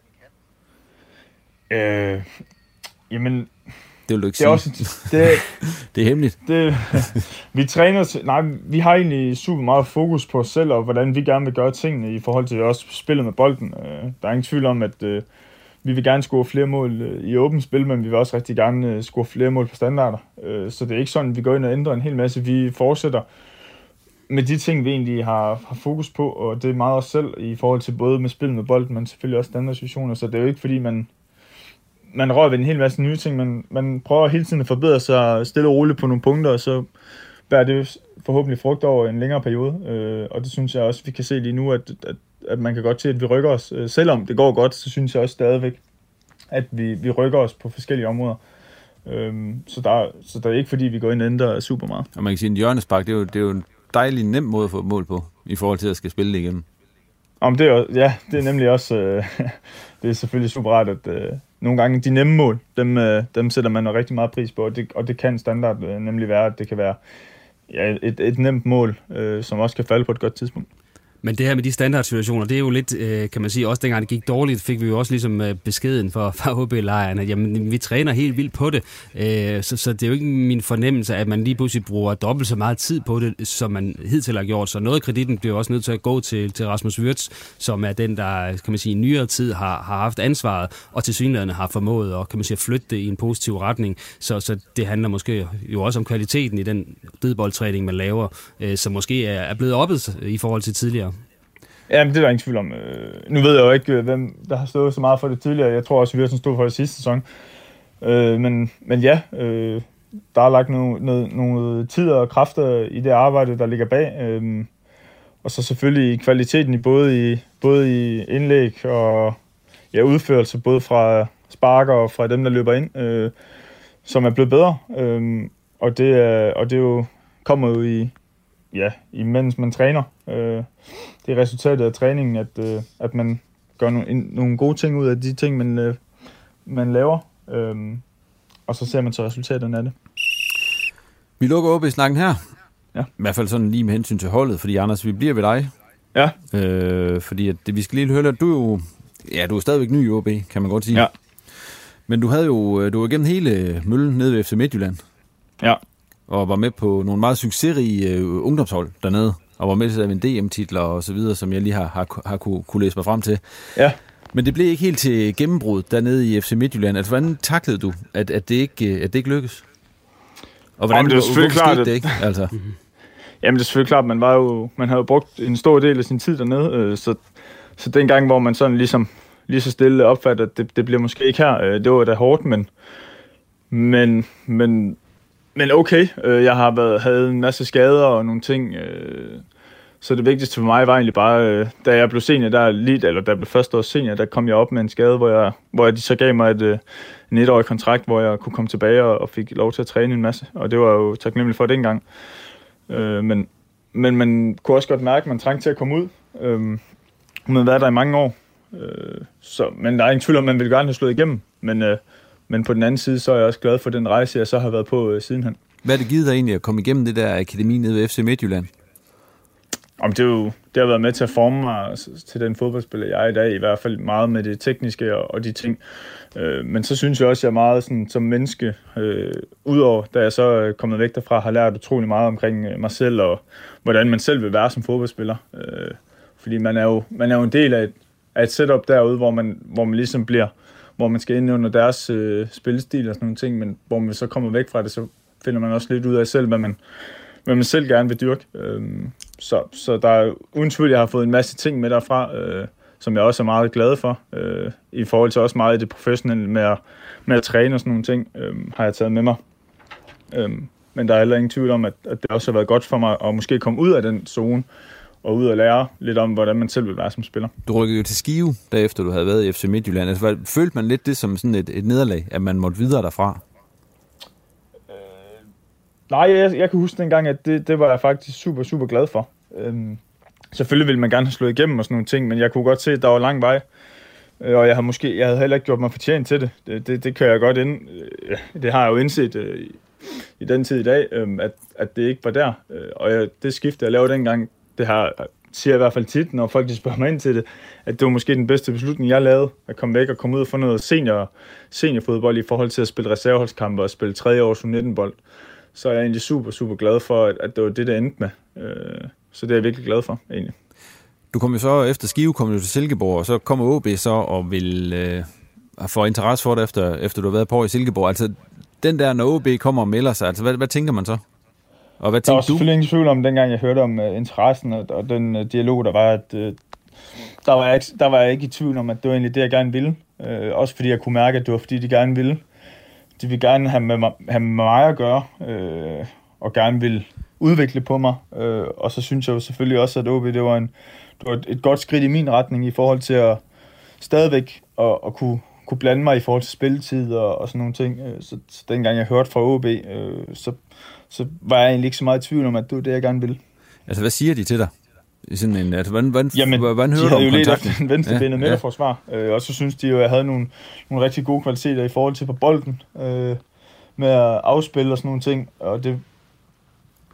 Øh, jamen... Det vil du ikke det er sige. Også, det, det er hemmeligt. Det, vi træner til, nej, vi har egentlig super meget fokus på os selv, og hvordan vi gerne vil gøre tingene i forhold til også spillet med bolden. Der er ingen tvivl om, at uh, vi vil gerne score flere mål uh, i åbent spil, men vi vil også rigtig gerne uh, score flere mål på standarder. Uh, så det er ikke sådan, at vi går ind og ændrer en hel masse. Vi fortsætter med de ting, vi egentlig har, har fokus på, og det er meget os selv i forhold til både med spillet med bolden, men selvfølgelig også standardsituationer. Så det er jo ikke, fordi man... Man rører ved en hel masse nye ting, men man prøver hele tiden at forbedre sig stille og roligt på nogle punkter, og så bærer det forhåbentlig frugt over en længere periode. Øh, og det synes jeg også, vi kan se lige nu, at, at, at man kan godt se, at vi rykker os. Selvom det går godt, så synes jeg også stadigvæk, at vi, vi rykker os på forskellige områder. Øh, så, der, så der er ikke, fordi vi går ind og ændrer super meget. Og man kan sige, at en hjørnespark, det er jo, det er jo en dejlig nem måde at få mål på, i forhold til at skal spille det igennem. Om det er, ja, det er nemlig også, øh, det er selvfølgelig super rart, at øh, nogle gange de nemme mål, dem, øh, dem sætter man rigtig meget pris på, og det, og det kan standard øh, nemlig være, at det kan være ja, et, et nemt mål, øh, som også kan falde på et godt tidspunkt. Men det her med de standardsituationer, det er jo lidt, øh, kan man sige, også dengang det gik dårligt, fik vi jo også ligesom øh, beskeden fra, fra H B-lejren, at jamen, vi træner helt vildt på det. Øh, så, så det er jo ikke min fornemmelse, at man lige pludselig bruger dobbelt så meget tid på det, som man hidtil har gjort. Så noget af kreditten bliver også nødt til at gå til, til Rasmus Wirtz, som er den, der kan man sige, i nyere tid har, har haft ansvaret, og tilsyneladende har formået at, kan man sige, flytte det i en positiv retning. Så, så det handler måske jo også om kvaliteten i den rideboldtræning, man laver, øh, som måske er, er blevet oppet i forhold til tidligere. Ja, men det er der ingen tvivl om. Nu ved jeg jo ikke, hvem der har stået så meget for det tidligere. Jeg tror også, at Wirtz stod for det sidste sæson. Øh, men, men ja, øh, der er lagt nogle, noget, nogle tid og kræfter i det arbejde, der ligger bag. Øh, og så selvfølgelig kvaliteten i både i, både i indlæg og ja, udførelse, både fra sparker og fra dem, der løber ind, øh, som er blevet bedre. Øh, og, det er, og det er jo, kommer jo i, ja, imens man træner. Øh, det er resultatet af træningen, at, øh, at man gør nogle, nogle gode ting ud af de ting, man, øh, man laver. Øh, og så ser man så resultaterne af det. Vi lukker op i snakken her. Ja. I hvert fald sådan lige med hensyn til holdet, fordi Anders, vi bliver ved dig. Ja. Øh, fordi at det, vi skal lige høre, at du er jo, ja, du er stadigvæk ny i O B, kan man godt sige. Ja. Men du havde jo, du var igennem hele møllen nede ved F C Midtjylland. Ja. Og var med på nogle meget succesrige uh, ungdomshold dernede, og var med til at vinde D M-titler og så videre, som jeg lige har, har, har kunne, kunne læse mig frem til. Ja. Men det blev ikke helt til gennembrud dernede i F C Midtjylland. Altså, hvordan taklede du, at, at, det, ikke, at det ikke lykkedes? Og hvordan, Jamen, det er selvfølgelig hvorfor klart, skete det ikke? Altså. Jamen, det er selvfølgelig klart, man var jo, man havde jo brugt en stor del af sin tid dernede, øh, så, så den gang, hvor man sådan ligesom lige så stille opfattede, at det, det bliver måske ikke her, øh, det var da hårdt, men men, men Men okay, øh, jeg har været, havde en masse skader og nogle ting, øh, så det vigtigste for mig var egentlig bare, øh, da jeg blev senior, der lige, eller da jeg blev første års senior, der kom jeg op med en skade, hvor jeg, hvor de så gav mig et, øh, en etårig kontrakt, hvor jeg kunne komme tilbage og, og fik lov til at træne en masse, og det var jo taknemmelig for dengang. Øh, men, men man kunne også godt mærke, at man trængte til at komme ud. Øh, man havde været der i mange år, øh, så, men der er ingen tvivl om, at man ville gerne have slået igennem, men øh, Men på den anden side, så er jeg også glad for den rejse, jeg så har været på øh, sidenhen. Hvad er det givet dig egentlig at komme igennem det der akademi nede ved F C Midtjylland? Om det, er jo, det har været med til at forme mig til den fodboldspiller, jeg er i dag. I hvert fald meget med det tekniske og, og de ting. Øh, men så synes jeg også, at jeg er meget sådan, som menneske. Øh, Udover da jeg så er kommet væk derfra, har lært utrolig meget omkring mig selv og hvordan man selv vil være som fodboldspiller. Øh, fordi man er, jo, man er jo en del af et, af et setup derude, hvor man, hvor man ligesom bliver... hvor man skal ind under deres øh, spillestil og sådan nogle ting, men hvor man så kommer væk fra det, så finder man også lidt ud af selv, hvad man, hvad man selv gerne vil dyrke. Øhm, så, så der er uden tvivl, jeg har fået en masse ting med derfra, øh, som jeg også er meget glad for, øh, i forhold til også meget i det professionelle med at, med at træne og sådan nogle ting, øh, har jeg taget med mig. Øh, men der er heller ingen tvivl om, at, at det også har været godt for mig at måske komme ud af den zone, og ud og lære lidt om, hvordan man selv vil være som spiller. Du rykkede jo til Skive, derefter du havde været i F C Midtjylland. Altså, følte man lidt det som sådan et, et nederlag, at man måtte videre derfra? Øh, nej, jeg, jeg kan huske dengang, at det, det var jeg faktisk super, super glad for. Øhm, selvfølgelig ville man gerne have slået igennem og sådan nogle ting, men jeg kunne godt se, at der var lang vej. Øh, og jeg havde måske, jeg havde heller ikke gjort mig fortjent til det. Det, det, det kan jeg godt ind. Øh, det har jeg jo indset øh, i, i den tid i dag, øh, at, at det ikke var der. Øh, og jeg, det skifte, jeg lavede dengang, det har, siger jeg i hvert fald tit, når folk spørger mig ind til det, at det var måske den bedste beslutning, jeg lavede, at komme væk og komme ud og få noget senior, seniorfodbold i forhold til at spille reserveholdskampe og spille tredje års U nitten-bold. Så er jeg egentlig super, super glad for, at, at det var det, der endte med. Så det er jeg virkelig glad for, egentlig. Du kom jo så efter Skive, kom du til Silkeborg, og så kommer O B så og vil øh, få interesse for det, efter, efter du har været på i Silkeborg. Altså, den der, når O B kommer og melder sig, altså, hvad, hvad tænker man så? Og hvad der var du? selvfølgelig ingen tvivl om, dengang jeg hørte om uh, interessen og, og den uh, dialog, der var, at uh, der, var jeg, der var jeg ikke i tvivl om, at det var egentlig det, jeg gerne ville. Uh, også fordi jeg kunne mærke, at det var fordi, de gerne ville. De ville gerne have med, have med mig at gøre, uh, og gerne ville udvikle på mig. Uh, og så synes jeg jo selvfølgelig også, at O B det var, en, det var et godt skridt i min retning i forhold til at stadigvæk at, at kunne, kunne blande mig i forhold til spilletid og, og sådan nogle ting. Uh, så, så dengang jeg hørte fra O B, uh, så så var jeg egentlig ikke så meget i tvivl om, at det var det, jeg gerne ville. Altså, hvad siger de til dig? Sådan en, altså, hvordan, hvordan, Jamen, hvordan hører de du om havde jo lidt kontakten? efter en venstrebenet ja, midterforsvar, ja. øh, og så synes de jo, at jeg havde nogle, nogle rigtig gode kvaliteter i forhold til på bolden, øh, med at afspille og sådan nogle ting, og det,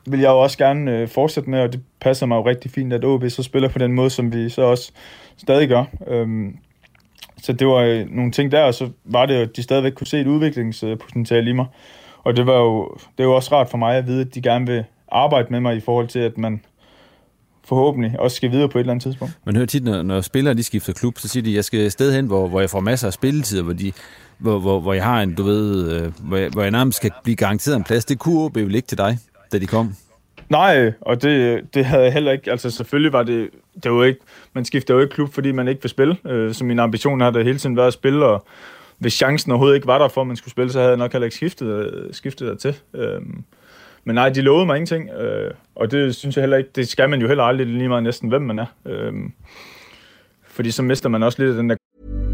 vil jeg jo også gerne øh, fortsætte med, og det passer mig jo rigtig fint, at O B så spiller på den måde, som vi så også stadig gør. Øhm, så det var øh, nogle ting der, og så var det jo, at de stadigvæk kunne se et udviklingspotentiale i mig. Og det var jo, det er jo også rart for mig at vide, at de gerne vil arbejde med mig i forhold til, at man forhåbentlig også skal videre på et eller andet tidspunkt. Man hører tit, når, når spillere de skifter klub, så siger de, at jeg skal et sted hen, hvor, hvor jeg får masser af spilletid, hvor, de, hvor, hvor, hvor jeg har en, du ved, øh, hvor, jeg, hvor jeg nærmest skal blive garanteret en plads. Det kunne O B vel ikke til dig, da de kom? Nej, og det, det havde jeg heller ikke. Altså selvfølgelig var det, det var ikke, man skifter jo ikke klub, fordi man ikke vil spille. Øh, så min ambition har det hele tiden været at spille, og hvis chancen overhovedet ikke var der for, at man skulle spille, så havde jeg nok heller ikke skiftet, skiftet der til. Øh, Men nej, de lovede mig ingenting, øh, og det synes jeg heller ikke, det skal man jo heller aldrig, lige meget næsten, hvem man er. Øh, fordi så mister man også lidt af den der...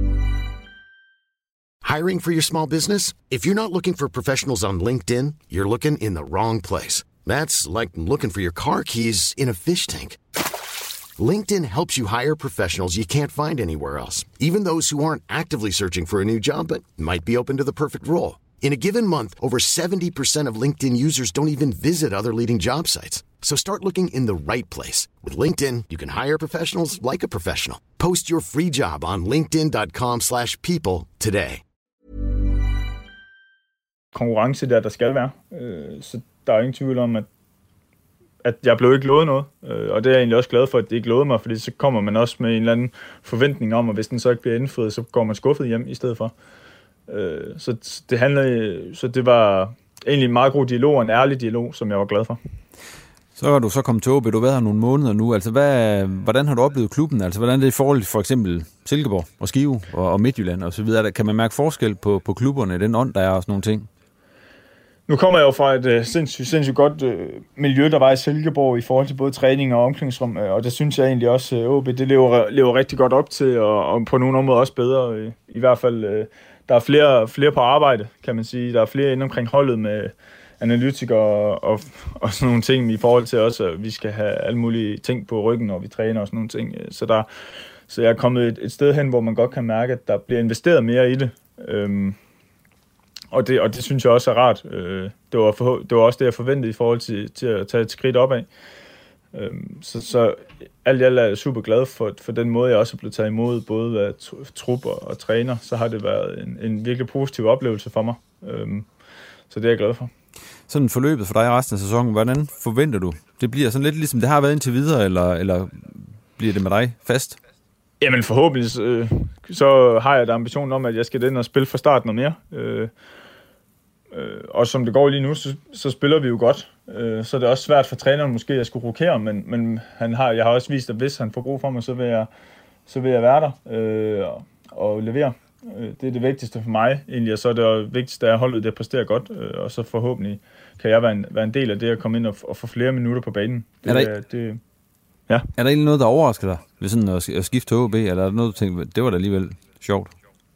Hiring for your small business? If you're not looking for professionals on LinkedIn, you're looking in the wrong place. That's like looking for your car keys in a fish tank. LinkedIn helps you hire professionals you can't find anywhere else, even those who aren't actively searching for a new job, but might be open to the perfect role. In a given month, over seventy percent of LinkedIn users don't even visit other leading job sites. So start looking in the right place. With LinkedIn, you can hire professionals like a professional. Post your free job on linkedin dot com slash people today. Konkurrence der, der skal være. Så der er ingen tvivl om, at, at jeg blev ikke lovet noget. Og det er jeg egentlig også glad for, at det ikke lovede mig, fordi så kommer man også med en eller anden forventning om, at hvis den så ikke bliver indfriet, så går man skuffet hjem i stedet for. Så det handler, så det var egentlig en meget god dialog og en ærlig dialog, som jeg var glad for. Så er du så kommet til O B, du har været her nogle måneder nu. Altså, hvad, hvordan har du oplevet klubben? Altså, hvordan er det i forhold til for eksempel Silkeborg og Skive og, og Midtjylland og så videre? Kan man mærke forskel på, på klubberne, den ånd, der er og sådan nogle ting? Nu kommer jeg jo fra et uh, sindssygt, sindssygt godt uh, miljø, der var i Silkeborg i forhold til både træning og omklædningsrum, uh, og det synes jeg egentlig også, at uh, O B det lever, lever rigtig godt op til, og, og på nogle områder også bedre. Uh, I hvert fald, uh, der er flere, flere på arbejde, kan man sige. Der er flere inde omkring holdet med analytikere og, og, og sådan nogle ting i forhold til også, at vi skal have alle mulige ting på ryggen, når vi træner og sådan nogle ting. Så, der, så jeg er kommet et, et sted hen, hvor man godt kan mærke, at der bliver investeret mere i det. Um, Og det, og det synes jeg også er rart. Det var, for, det var også det, jeg forventede i forhold til, til at tage et skridt opad. Så, så alt i alt er jeg super glad for, for den måde, jeg også er blevet taget imod, både af trup og, og træner. Så har det været en, en virkelig positiv oplevelse for mig. Så det er jeg glad for. Sådan forløbet for dig resten af sæsonen, hvordan forventer du? Det bliver sådan lidt ligesom det har været indtil videre, eller, eller bliver det med dig fast? Jamen forhåbentlig øh, så har jeg da ambitionen om, at jeg skal ind og spille fra start noget mere. Øh, øh, og som det går lige nu, så, så spiller vi jo godt. Øh, så er det også svært for træneren måske at skulle rokere, men, men han har, jeg har også vist, at hvis han får brug for mig, så vil jeg, så vil jeg være der øh, og, og levere. Øh, det er det vigtigste for mig egentlig, og så er det vigtigste, at holdet det præsterer godt, øh, og så forhåbentlig kan jeg være en, være en del af det at komme ind og, og få flere minutter på banen. Det, er der, det, ja. Er der egentlig noget, der overrasker dig ved sådan at, at skifte til O B, eller er der noget, du tænker, det var da alligevel sjovt?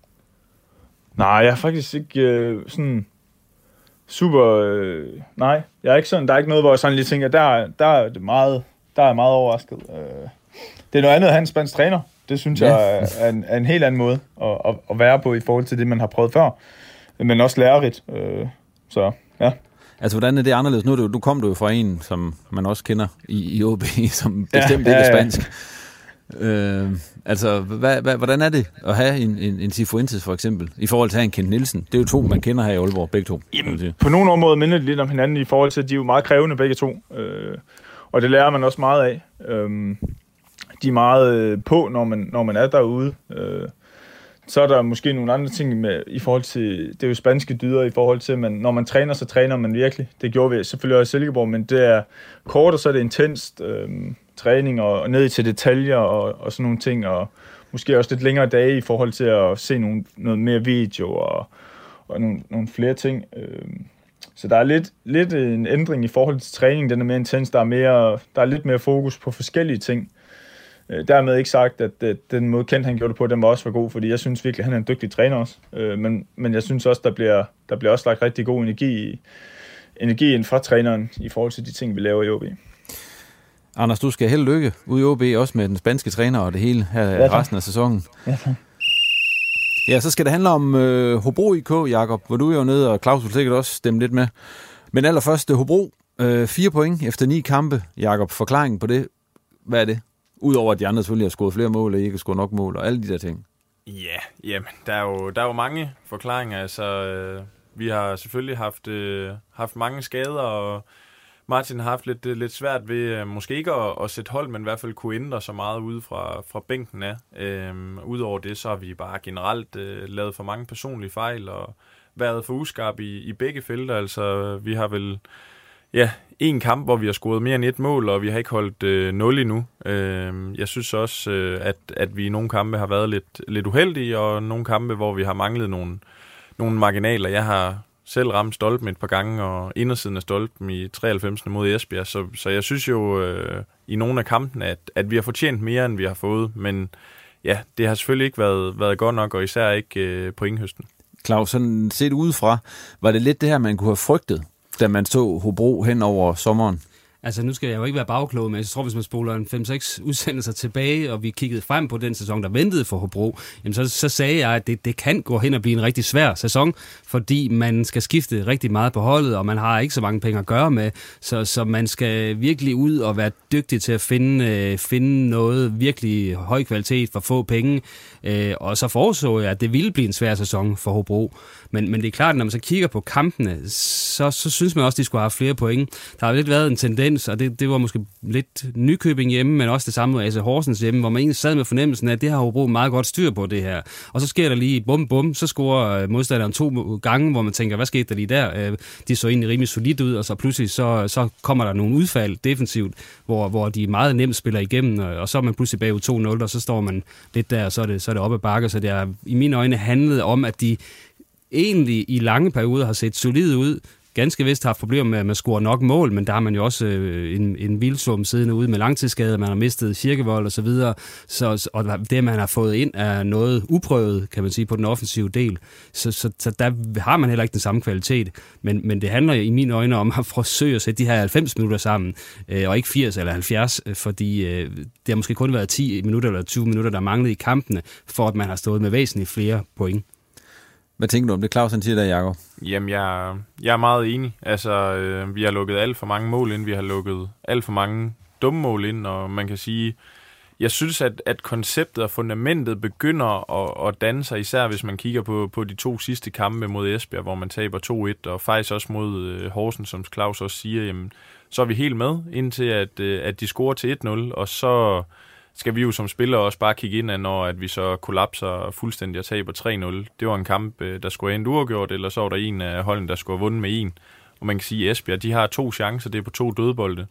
Nej, jeg er faktisk ikke øh, sådan super... Øh, nej, jeg er ikke sådan, der er ikke noget, hvor jeg sådan lige tænker, der, der er det meget, der er jeg meget overrasket. Øh, det er noget andet, hans spansk træner. Det synes ja. jeg er, er, en, er en helt anden måde at, at, at være på i forhold til det, man har prøvet før. Men også lærerigt. Øh, så ja. Altså, hvordan er det anderledes? Nu, du kom du jo fra en, som man også kender i, i O B, som bestemt ja, ja, ja. ikke er spansk. Øh, altså, hvad, hvad, hvordan er det at have en, en, en Cifuentes for eksempel, i forhold til at have en Kent Nielsen? Det er jo to, man kender her i Aalborg, begge to. Jamen, på nogle områder minder det lidt om hinanden i forhold til, at de er jo meget krævende begge to. Øh, og det lærer man også meget af. Øh, de er meget på, når man, når man er derude. Øh, Så er der måske nogle andre ting med, i forhold til, det er jo spanske dyder, i forhold til, man, når man træner, så træner man virkelig. Det gjorde vi selvfølgelig også i Silkeborg, men det er kort, og så er det intenst øh, træning, og, og ned til detaljer, og, og sådan nogle ting, og måske også lidt længere dage i forhold til at se nogle, noget mere video, og, og nogle, nogle flere ting. Øh, så der er lidt, lidt en ændring i forhold til træning, den er mere intens, der er, mere, der er lidt mere fokus på forskellige ting. Dermed ikke sagt, at den måde Kent han gjorde det på, den var også var god, fordi jeg synes virkelig, at han er en dygtig træner også. Men, men jeg synes også, der bliver, der bliver også lagt rigtig god energi, energi ind fra træneren i forhold til de ting, vi laver i O B. Anders, du skal held lykke ude i O B, også med den spanske træner og det hele her ja, resten af sæsonen. Ja, ja, så skal det handle om øh, Hobro I K, Jakob, hvor du er jo nede, og Claus vil sikkert også stemme lidt med. Men allerførst Hobro. øh, fire point efter ni kampe. Jakob, forklaringen på det, hvad er det? Udover at de andre selvfølgelig har scoret flere mål, og ikke har scoret nok mål, og alle de der ting. Ja, jamen, der er jo, der er jo mange forklaringer. Altså, øh, vi har selvfølgelig haft, øh, haft mange skader, og Martin har haft lidt, lidt svært ved, øh, måske ikke at, at sætte hold, men i hvert fald kunne ændre så meget ude fra, fra bænken af. Øh, Udover det, så har vi bare generelt øh, lavet for mange personlige fejl, og været for uskarp i, i begge felter. Altså, vi har vel ja, en kamp, hvor vi har scoret mere end et mål, og vi har ikke holdt øh, nul endnu. Øh, jeg synes også, øh, at, at vi i nogle kampe har været lidt, lidt uheldige, og nogle kampe, hvor vi har manglet nogle, nogle marginaler. Jeg har selv ramt stolpen et par gange, og indersiden af stolpen i treoghalvfems mod Esbjerg, så, så jeg synes jo øh, i nogle af kampene, at, at vi har fortjent mere, end vi har fået, men ja, det har selvfølgelig ikke været, været godt nok, og især ikke øh, på pointhøsten. Claus, sådan set udefra, var det lidt det her, man kunne have frygtet, da man så Hobro hen over sommeren? Altså, nu skal jeg jo ikke være bagklog, men jeg tror, hvis man spoler en fem seks udsendelser tilbage, og vi kiggede frem på den sæson, der ventede for Hobro, jamen så, så sagde jeg, at det, det kan gå hen og blive en rigtig svær sæson, fordi man skal skifte rigtig meget på holdet, og man har ikke så mange penge at gøre med, så, så man skal virkelig ud og være dygtig til at finde, øh, finde noget virkelig høj kvalitet for få penge, øh, og så foreså jeg, at det ville blive en svær sæson for Hobro. Men, men det er klart, at når man så kigger på kampene, så, så synes man også, at de skulle have flere point. Der har lidt været en tendens, og det, det var måske lidt Nykøbing hjemme, men også det samme med A C Horsens hjemme, hvor man egentlig sad med fornemmelsen af, at det har Hobro meget godt styr på det her. Og så sker der lige bum bum, så scorer modstanderen to gange, hvor man tænker, hvad skete der lige der? De så egentlig rimelig solidt ud, og så pludselig så, så kommer der nogle udfald defensivt, hvor, hvor de meget nemt spiller igennem, og så er man pludselig bagud to nul, og så står man lidt der, og så er det, så er det oppe ad bakke. Så det er i mine øjne handlet om, at de egentlig i lange perioder har set solide ud, ganske vist har haft problemer med, med at score nok mål, men der har man jo også øh, en, en vildsum siddende ude med langtidsskade, man har mistet Kirkevold og så videre, så, og det, man har fået ind, er noget uprøvet, kan man sige, på den offensive del. Så, så, så der har man heller ikke den samme kvalitet, men, men det handler i mine øjne om at forsøge at sætte de her halvfems minutter sammen, øh, og ikke firs eller halvfjerds, fordi øh, det har måske kun været ti minutter eller tyve minutter, der manglede i kampene, for at man har stået med væsentligt flere point. Hvad tænker du om det, Claus, han siger der, Jakob? Jamen, jeg, jeg er meget enig. Altså, øh, vi har lukket alt for mange mål ind, vi har lukket alt for mange dumme mål ind, og man kan sige, jeg synes, at, at konceptet og fundamentet begynder at, at danne sig, især hvis man kigger på, på de to sidste kampe mod Esbjerg, hvor man taber to et, og faktisk også mod øh, Horsens, som Claus også siger, jamen, så er vi helt med, indtil at, øh, at de scorer til et nul, og så skal vi jo som spillere også bare kigge ind, når at vi så kollapser fuldstændig og taber tre nul. Det var en kamp, der skulle end uafgjort, eller så var der en af holdene, der skulle have vundet med en. Og man kan sige, at Esbjerg, de har to chancer, det er på to dødbolde.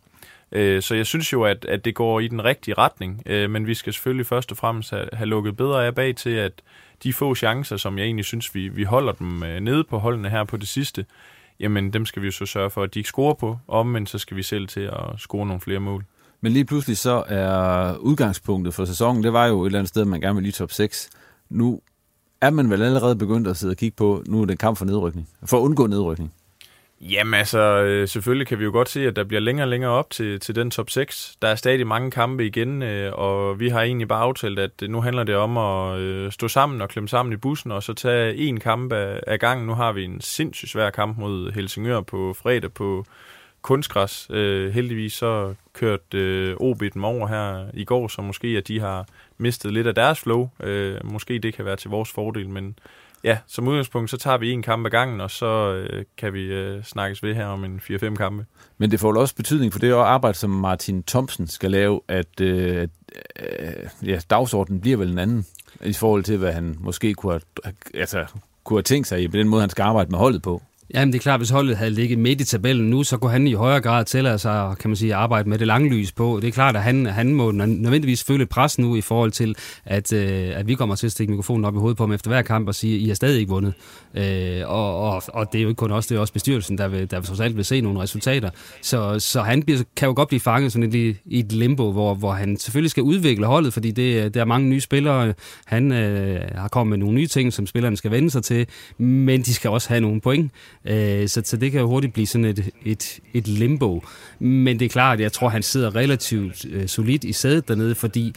Så jeg synes jo, at, at det går i den rigtige retning, men vi skal selvfølgelig først og fremmest have, have lukket bedre af bag til, at de få chancer, som jeg egentlig synes, vi, vi holder dem nede på holdene her på det sidste, jamen dem skal vi jo så sørge for, at de ikke scorer på, omvendt så skal vi selv til at score nogle flere mål. Men lige pludselig så er udgangspunktet for sæsonen, det var jo et eller andet sted, man gerne vil i top seks. Nu er man vel allerede begyndt at sidde og kigge på, nu er det en kamp for nedrykning, for at undgå nedrykning. Jamen altså, selvfølgelig kan vi jo godt se, at der bliver længere og længere op til, til den top seks. Der er stadig mange kampe igen, og vi har egentlig bare aftalt, at nu handler det om at stå sammen og klemme sammen i bussen, og så tage en kamp af gangen. Nu har vi en sindssygt svær kamp mod Helsingør på fredag på kunstgræs. Øh, heldigvis så kørte øh, O B dem over her i går, så måske at de har mistet lidt af deres flow. Øh, måske det kan være til vores fordel, men ja, som udgangspunkt så tager vi en kamp ad gangen, og så øh, kan vi øh, snakkes ved her om en fire fem kampe. Men det får også betydning for det arbejde, som Martin Thomsen skal lave, at øh, øh, ja, dagsordenen bliver vel en anden i forhold til, hvad han måske kunne have, altså, kunne have tænkt sig i, på den måde, han skal arbejde med holdet på. Jamen det er klart, hvis holdet havde ligget midt i tabellen nu, så kunne han i højere grad tillade sig, kan man sige, arbejde med det lange lys på. Det er klart, at han, han må nødvendigvis føle pres nu i forhold til, at, øh, at vi kommer til at stikke mikrofonen op i hovedet på ham efter hver kamp og sige, I har stadig ikke vundet. Øh, og, og, og det er jo ikke kun os, det er også bestyrelsen, der vil, der vil trods alt vil se nogle resultater. Så, så han bliver, kan jo godt blive fanget sådan i, i et limbo, hvor, hvor han selvfølgelig skal udvikle holdet, fordi det, der er mange nye spillere. Han øh, har kommet med nogle nye ting, som spillerne skal vende sig til, men de skal også have nogle point. Så, så det kan jo hurtigt blive sådan et, et, et limbo. Men det er klart, at jeg tror, han sidder relativt øh, solidt i sædet dernede, fordi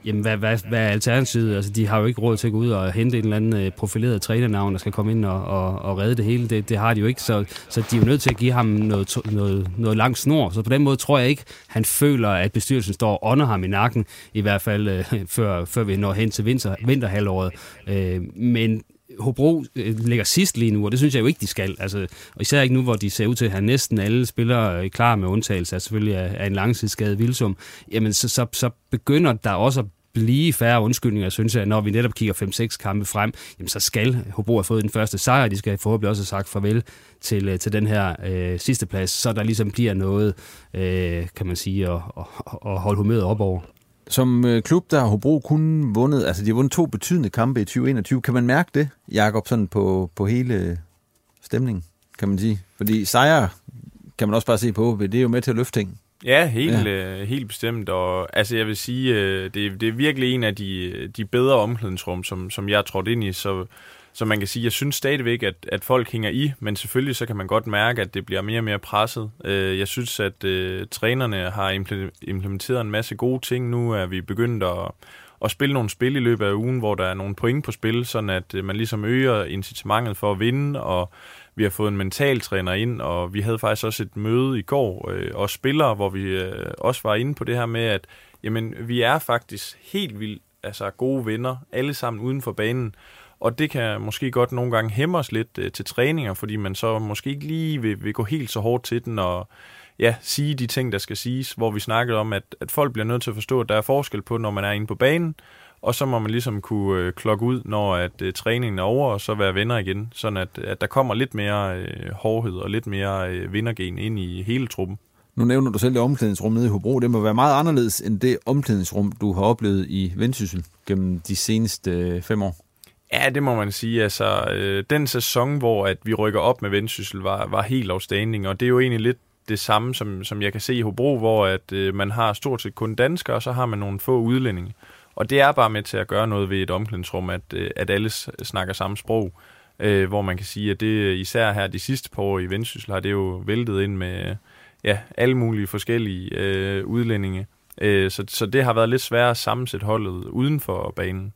jamen hvad, hvad, hvad er alternativet? Altså, de har jo ikke råd til at gå ud og hente en eller anden profileret trænernavn, der skal komme ind og, og, og redde det hele. Det, det har de jo ikke, så, så de er jo nødt til at give ham noget, noget, noget lang snor. Så på den måde tror jeg ikke, han føler, at bestyrelsen står og ånder ham i nakken, i hvert fald øh, før, før vi når hen til vinter, vinterhalvåret. Øh, men Hobro ligger sidst lige nu, og det synes jeg jo ikke, de skal. Altså, og især ikke nu, hvor de ser ud til at have næsten alle spillere klar med undtagelse af selvfølgelig af en langtidsskadet Vilsum. Jamen, så, så, så begynder der også at blive færre undskyldninger, synes jeg, når vi netop kigger fem seks kampe frem, jamen så skal Hobro have fået den første sejr, de skal forhåbentlig også have sagt farvel til, til den her øh, sidste plads, så der ligesom bliver noget, øh, kan man sige, at, at, at holde humøret op over. Som øh, klub, der har Hobro kun vundet, altså de har vundet to betydende kampe i tyve enogtyve. Kan man mærke det, Jakob, sådan på, på hele stemningen, kan man sige? Fordi sejre kan man også bare se på O B, det er jo med til at løfte ting. Ja, helt, ja. Øh, helt bestemt, og altså jeg vil sige, øh, det, det er virkelig en af de, de bedre omklædningsrum, som, som jeg er trådt ind i, så, så man kan sige, jeg synes stadigvæk, at, at folk hænger i, men selvfølgelig så kan man godt mærke, at det bliver mere og mere presset. Øh, jeg synes, at øh, trænerne har implementeret en masse gode ting. Nu er vi begyndt at, at spille nogle spil i løbet af ugen, hvor der er nogle point på spil, sådan at øh, man ligesom øger incitamentet for at vinde, og vi har fået en mentaltræner ind, og vi havde faktisk også et møde i går, øh, og spillere, hvor vi øh, også var inde på det her med, at jamen, vi er faktisk helt vildt altså gode venner, alle sammen uden for banen, og det kan måske godt nogle gange hæmme os lidt øh, til træninger, fordi man så måske ikke lige vil, vil gå helt så hårdt til den, og ja, sige de ting, der skal siges, hvor vi snakkede om, at, at folk bliver nødt til at forstå, at der er forskel på, når man er inde på banen, og så må man ligesom kunne øh, klokke ud, når at øh, træningen er over, og så være venner igen, sådan at, at der kommer lidt mere øh, hårdhed og lidt mere øh, vindergen ind i hele truppen. Nu nævner du selv det omklædningsrum nede i Hobro. Det må være meget anderledes end det omklædningsrum, du har oplevet i Vendsyssel gennem de seneste øh, fem år. Ja, det må man sige. Altså, øh, den sæson, hvor at vi rykker op med Vendsyssel, var, var helt outstanding, og det er jo egentlig lidt det samme, som, som jeg kan se i Hobro, hvor at, øh, man har stort set kun danskere, og så har man nogle få udlændinge. Og det er bare med til at gøre noget ved et omklædningsrum, at, at alle snakker samme sprog, øh, hvor man kan sige, at det især her de sidste par år i Vendsyssel har det jo væltet ind med ja, alle mulige forskellige øh, udlændinge. Øh, så, så det har været lidt sværere at sammensætte holdet uden for banen.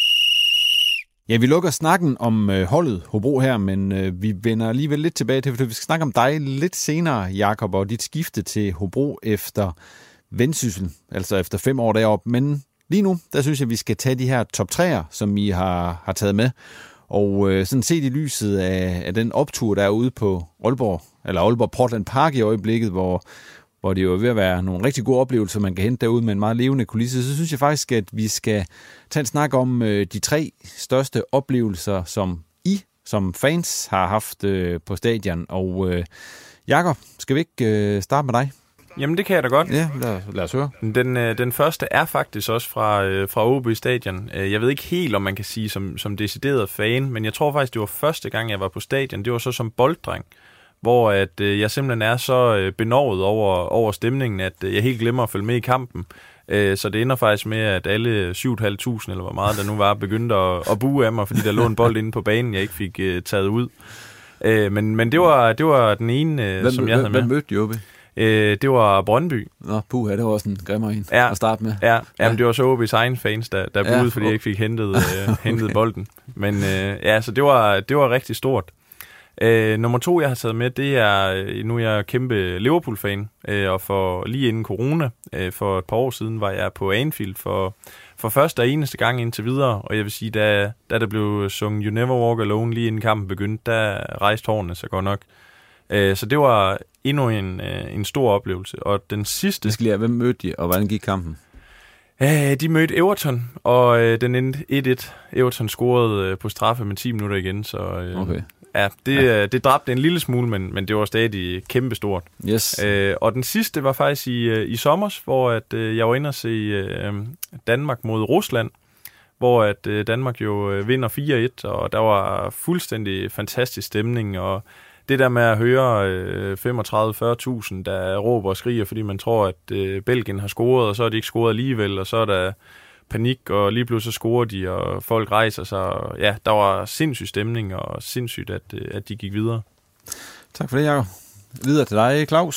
Ja, vi lukker snakken om øh, holdet Hobro her, men øh, vi vender alligevel lidt tilbage til, for vi skal snakke om dig lidt senere, Jakob, og dit skifte til Hobro efter Vendsyssel, altså efter fem år deroppe. Men lige nu, der synes jeg, vi skal tage de her top treer, som I har, har taget med. Og øh, sådan set i lyset af, af den optur, der er ude på Aalborg, eller Aalborg Portland Park i øjeblikket, hvor, hvor det jo er ved at være nogle rigtig gode oplevelser, man kan hente derude med en meget levende kulisse, så synes jeg faktisk, at vi skal tage en snak om øh, de tre største oplevelser, som I som fans har haft øh, på stadion. Og øh, Jakob, skal vi ikke øh, starte med dig? Jamen, det kan jeg da godt. Ja, lad, lad os høre. Den, øh, den første er faktisk også fra, øh, fra O B Stadion. Jeg ved ikke helt, om man kan sige som, som decideret fan, men jeg tror faktisk, det var første gang, jeg var på stadion. Det var så som bolddreng, hvor at, øh, jeg simpelthen er så øh, benovet over, over stemningen, at øh, jeg helt glemmer at følge med i kampen. Øh, så det ender faktisk med, at alle syv tusind fem hundrede, eller hvor meget der nu var, begyndte at, at bue af mig, fordi der lå en bold inde på banen, jeg ikke fik øh, taget ud. Øh, men men det, var, det var den ene, øh, hvem, som jeg havde med. Hvem mødte de O B? Øh, det var Brøndby. Nå, puha, det var også en grimmer en ja, at starte med. Ja, ja. Men det var så O B's egen fans, der, der buede, ja, fordi jeg ikke fik hentet, øh, hentet bolden. Men øh, ja, så det var, det var rigtig stort. Øh, nummer to, jeg har taget med, det er, nu er jeg kæmpe Liverpool-fan, øh, og for lige inden corona, øh, for et par år siden, var jeg på Anfield for, for første og eneste gang indtil videre, og jeg vil sige, da, da der blev sunget You Never Walk Alone lige inden kampen begyndte, der rejste hårene så godt nok. Øh, så det var endnu en, øh, en stor oplevelse. Og den sidste... Jeg skal lige, hvem mødte de, og hvordan gik kampen? Øh, de mødte Everton, og øh, den endte et et. Everton scorede øh, på straffe med ti minutter igen, så øh, okay. ja, det, ja. Øh, det dræbte en lille smule, men, men det var stadig kæmpestort. Yes. Øh, og den sidste var faktisk i, øh, i sommers, hvor at, øh, jeg var inde og se øh, Danmark mod Rusland, hvor at øh, Danmark jo øh, vinder fire et, og der var fuldstændig fantastisk stemning, og det der med at høre øh, femogtredive til fyrre tusind, der råber og skriger, fordi man tror, at øh, Belgien har scoret, og så er de ikke scoret alligevel, og så er der panik, og lige pludselig så scorer de, og folk rejser sig. Og ja, der var sindssyg stemning, og sindssygt, at, at de gik videre. Tak for det, Jacob. Videre til dig, Claus.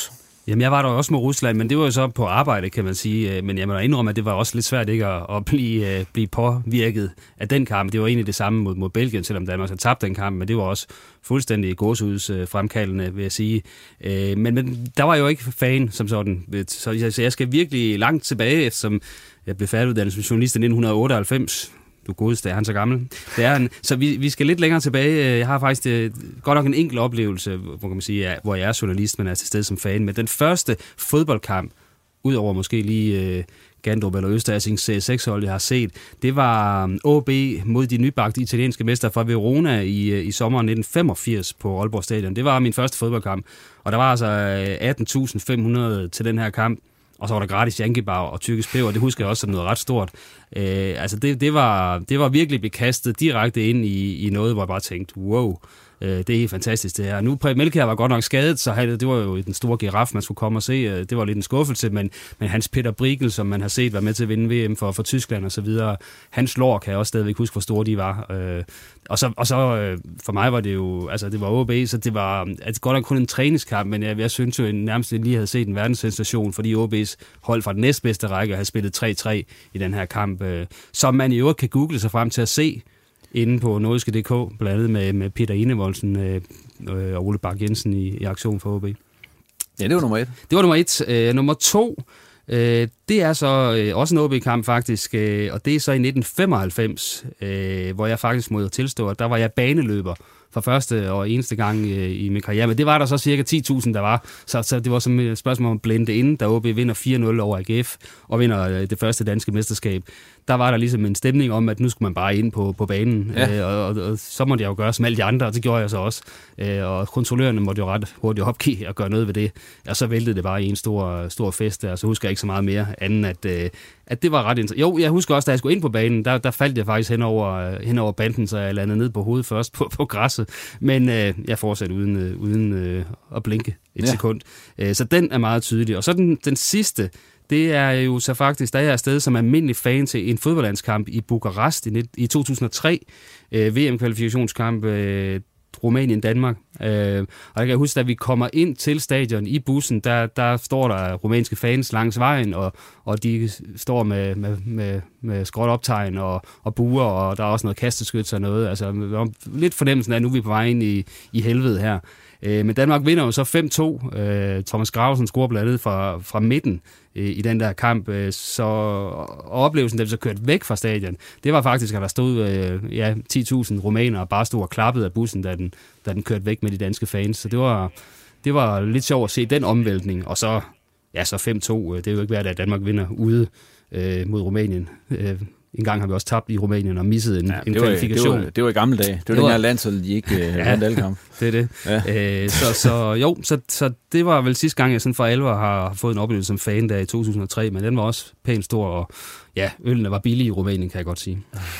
Jamen, jeg var der også med Rusland, men det var jo så på arbejde, kan man sige. Men jeg må indrømme, at det var også lidt svært ikke at, at blive, blive påvirket af den kamp. Det var egentlig det samme mod, mod Belgien, selvom Danmark havde tabt den kamp, men det var også fuldstændig gåsehuds fremkaldende, vil jeg sige. Men, men der var jo ikke fan som sådan. Så jeg, så jeg skal virkelig langt tilbage, eftersom jeg blev færdiguddannet som journalist i nitten otteoghalvfems. Du godeste, er han så gammel? Det er han. Så vi, vi skal lidt længere tilbage. Jeg har faktisk det, godt nok en enkelt oplevelse, hvor, kan man sige, hvor jeg er journalist, men er til stede som fan. Men den første fodboldkamp, udover måske lige øh, Gandrup eller Østasiens C seks-hold, jeg har set, det var A B mod de nybagte italienske mestre fra Verona i, i sommeren nitten femogfirs på Aalborg Stadion. Det var min første fodboldkamp, og der var altså atten tusind fem hundrede til den her kamp. Og så var der gratis jankebar og tyrkisk peber, det husker jeg også som noget ret stort. Øh, altså det, det, var, det var virkelig bekastet direkte ind i, i noget, hvor jeg bare tænkte, wow, øh, det er helt fantastisk det her. Nu, Preben Melkjær var godt nok skadet, så det var jo den store giraf, man skulle komme og se. Det var lidt en skuffelse, men, men Hans Peter Brigel, som man har set, var med til at vinde V M for, for Tyskland og så videre, hans lår kan jeg også stadigvæk huske, hvor store de var. Øh, og så, og så for mig var det jo, altså det var A B, så det var altså godt nok kun en træningskamp, men jeg, jeg synes jo nærmest, at jeg lige havde set en verdenssensation, fordi A B's hold fra den næstbedste række havde spillet tre tre i den her kamp, øh, som man i øvrigt kan google sig frem til at se inde på nordiske punktum d k, blandt andet med, med Peter Enevoldsen øh, og Ole Bak Jensen i, i aktion for A B. Ja, det var nummer et. Det var nummer et. Øh, nummer to, øh, det er så øh, også en A B-kamp faktisk, øh, og det er så i nitten femoghalvfems, øh, hvor jeg faktisk må tilstå, at der var jeg baneløber for første og eneste gang øh, i min karriere. Men det var der så cirka ti tusind, der var. Så, så det var som et spørgsmål om at blende ind, da A B vinder fire nul over A G F og vinder øh, det første danske mesterskab. Der var der ligesom en stemning om, at nu skulle man bare ind på, på banen. Ja. Øh, og, og, og så måtte jeg jo gøre som alle de andre, og det gjorde jeg så også. Øh, og kontrollørerne måtte jo ret hurtigt opgive og gøre noget ved det. Og så væltede det bare i en stor, stor fest, og så husker jeg ikke så meget mere, anden at, øh, at det var ret interessant. Jo, jeg husker også, da jeg skulle ind på banen, der, der faldt jeg faktisk hen over, hen over banden, så jeg landede ned på hovedet først på, på græsset. Men øh, jeg fortsatte uden, øh, uden øh, at blinke et ja. sekund. Øh, så den er meget tydelig. Og så den, den sidste, det er jo så faktisk, der er jeg afsted som almindelig fan til en fodboldlandskamp i Bukarest i, i to tusind og tre. Øh, V M-kvalifikationskamp øh, Rumænien-Danmark. Øh, og jeg kan huske, da vi kommer ind til stadion i bussen, der, der står der rumænske fans langs vejen, og, og de står med, med, med, med skråt optegn og, og buer, og der er også noget kasteskyts og noget. Altså lidt fornemmelsen af, at nu er vi på vej ind i, i helvede her. Øh, men Danmark vinder jo så fem to. Øh, Thomas Gravesen scorer blandt andet fra, fra midten øh, i den der kamp. Øh, så, og oplevelsen, da vi så kørte væk fra stadion, det var faktisk, at der stod øh, ja, ti tusind rumænere bare stod og klappede af bussen, da den, da den kørte væk med de danske fans. Så det var, det var lidt sjovt at se den omvæltning. Og så, ja, så fem to. Det er jo ikke værd, at Danmark vinder ude øh, mod Rumænien. Øh, En gang har vi også tabt i Rumænien og misset en, ja, en det var, kvalifikation. Det var, det var i gamle dage. Det var, det var den her landshold, de ikke øh, vandt alle kamp. Det er det. Ja. Øh, så, så jo, så, så det var vel sidste gang, jeg sådan for alvor har fået en oplevelse som fan der i to tusind og tre, men den var også pænt stor, og ja, ølene var billige i Rumænien, kan jeg godt sige.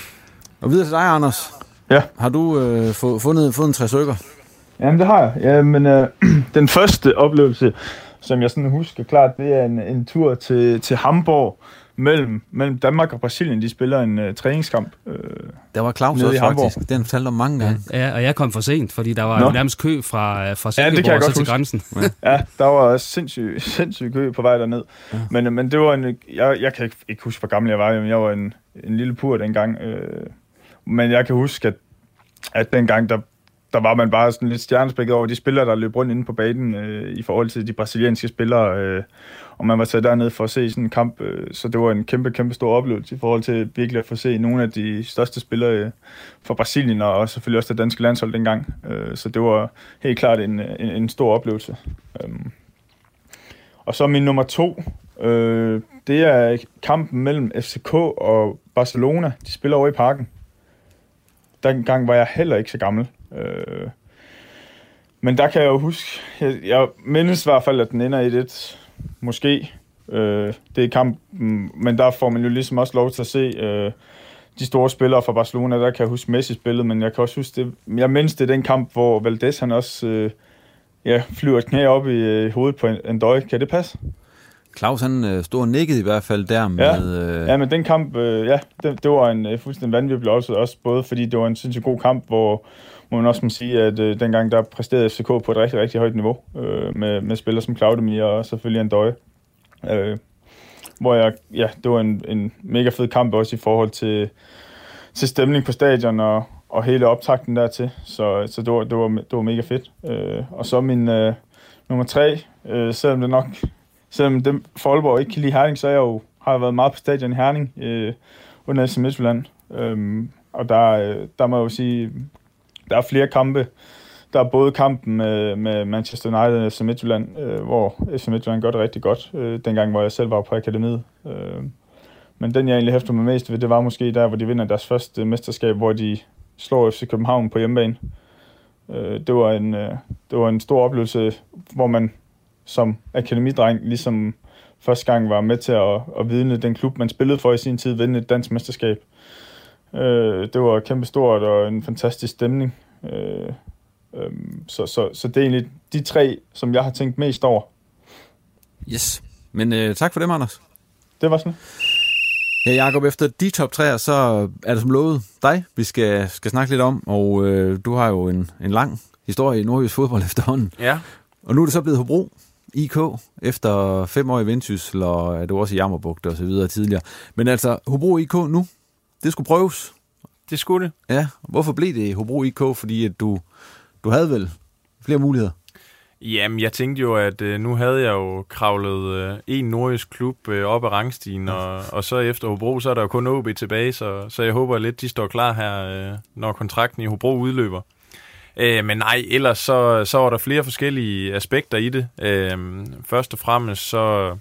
Og videre til dig, Anders. Ja. Har du øh, fundet, fundet en tre stykker? Jamen, det har jeg. Ja, men øh, den første oplevelse, som jeg sådan husker klart, det er en, en tur til, til Hamburg, Mellem, mellem Danmark og Brasilien. De spiller en uh, træningskamp. Uh, der var Claus også faktisk. Den fortalte om mange gange. Ja, og jeg kom for sent, fordi der var jo nærmest kø fra, fra Silkeborg ja, så til huske. grænsen. Ja. ja, der var sindssyg, sindssyg kø på vej derned. Ja. Men, men det var en... Jeg, jeg kan ikke, ikke huske, hvor gammel jeg var, men jeg var en, en lille pur dengang. Uh, men jeg kan huske, at, at dengang, der, der var man bare sådan lidt stjernespækket over de spillere, der løb rundt inde på banen uh, i forhold til de brasilianske spillere. Uh, og man var taget derned for at se sådan en kamp, øh, så det var en kæmpe, kæmpe stor oplevelse i forhold til virkelig at få se nogle af de største spillere øh, fra Brasilien, og selvfølgelig også det danske landshold dengang. Øh, så det var helt klart en, en, en stor oplevelse. Um, og så min nummer to, øh, det er kampen mellem F C K og Barcelona. De spiller over i Parken. Dengang var jeg heller ikke så gammel. Øh, men der kan jeg jo huske, jeg, jeg mindes i hvert fald, at den ender i et måske. Øh, det er kampen, men der får man jo ligesom også lov til at se øh, de store spillere fra Barcelona. Der kan jeg huske Messi spillet, men jeg kan også huske det. Jeg mindes det er den kamp, hvor Valdés han også øh, ja, flyver et knæ op i øh, hovedet på en, en døj. Kan det passe? Claus, han øh, stod og nikkede i hvert fald der med... Ja, øh... ja men den kamp, øh, ja, det, det var en øh, fuldstændig vanvittig oplevelse også, både fordi det var en sindssygt god kamp, hvor må man også må sige, at øh, dengang der præsterede F C K på et rigtig, rigtig højt niveau, øh, med, med spillere som Claudemir og selvfølgelig Andøje. Øh, hvor jeg, ja, det var en, en mega fed kamp også i forhold til, til stemning på stadion og, og hele optakten dertil, så, så det, var, det, var, det var mega fedt. Øh, og så min øh, nummer tre, øh, selvom det nok, selvom dem for Aalborg ikke kan lide Herning, så er jeg jo, har jeg været meget på stadion i Herning øh, under F C Midtjylland, øh, og der, der må jeg jo sige, der er flere kampe. Der er både kampen med, med Manchester United og F C Midtjylland, øh, hvor F C Midtjylland gør det rigtig godt, øh, dengang hvor jeg selv var på akademiet. Øh, men den jeg egentlig hæfter mig mest ved, det var måske der, hvor de vinder deres første mesterskab, hvor de slår F C København på hjemmebane. Øh, det, var en, øh, det var en stor oplevelse, hvor man som akademidreng ligesom første gang var med til at, at vidne den klub, man spillede for i sin tid, vinde et dansk mesterskab. Øh, det var kæmpe stort og en fantastisk stemning. Øh, øh, så, så, så det er egentlig de tre, som jeg har tænkt mest over. Yes, men øh, tak for det, Anders. Det var sådan. Ja, Jacob, efter de top tre, så er det som lovet dig, vi skal, skal snakke lidt om, og øh, du har jo en, en lang historie i nordjysk fodbold efterhånden. Ja. Og nu er det så blevet Hobro I K, efter fem år i Vendsyssel, og er du også i Jammerbugt og så videre tidligere. Men altså, Hobro I K nu, det skulle prøves. Det skulle det. Ja, hvorfor blev det Hobro I K? Fordi at du, du havde vel flere muligheder? Jamen, jeg tænkte jo, at øh, nu havde jeg jo kravlet øh, en nordjysk klub øh, op ad rangstigen, og, og så efter Hobro, så er der jo kun O B tilbage, så, så jeg håber lidt, de står klar her, øh, når kontrakten i Hobro udløber. Øh, men nej, ellers så, så var der flere forskellige aspekter i det. Øh, først og fremmest så...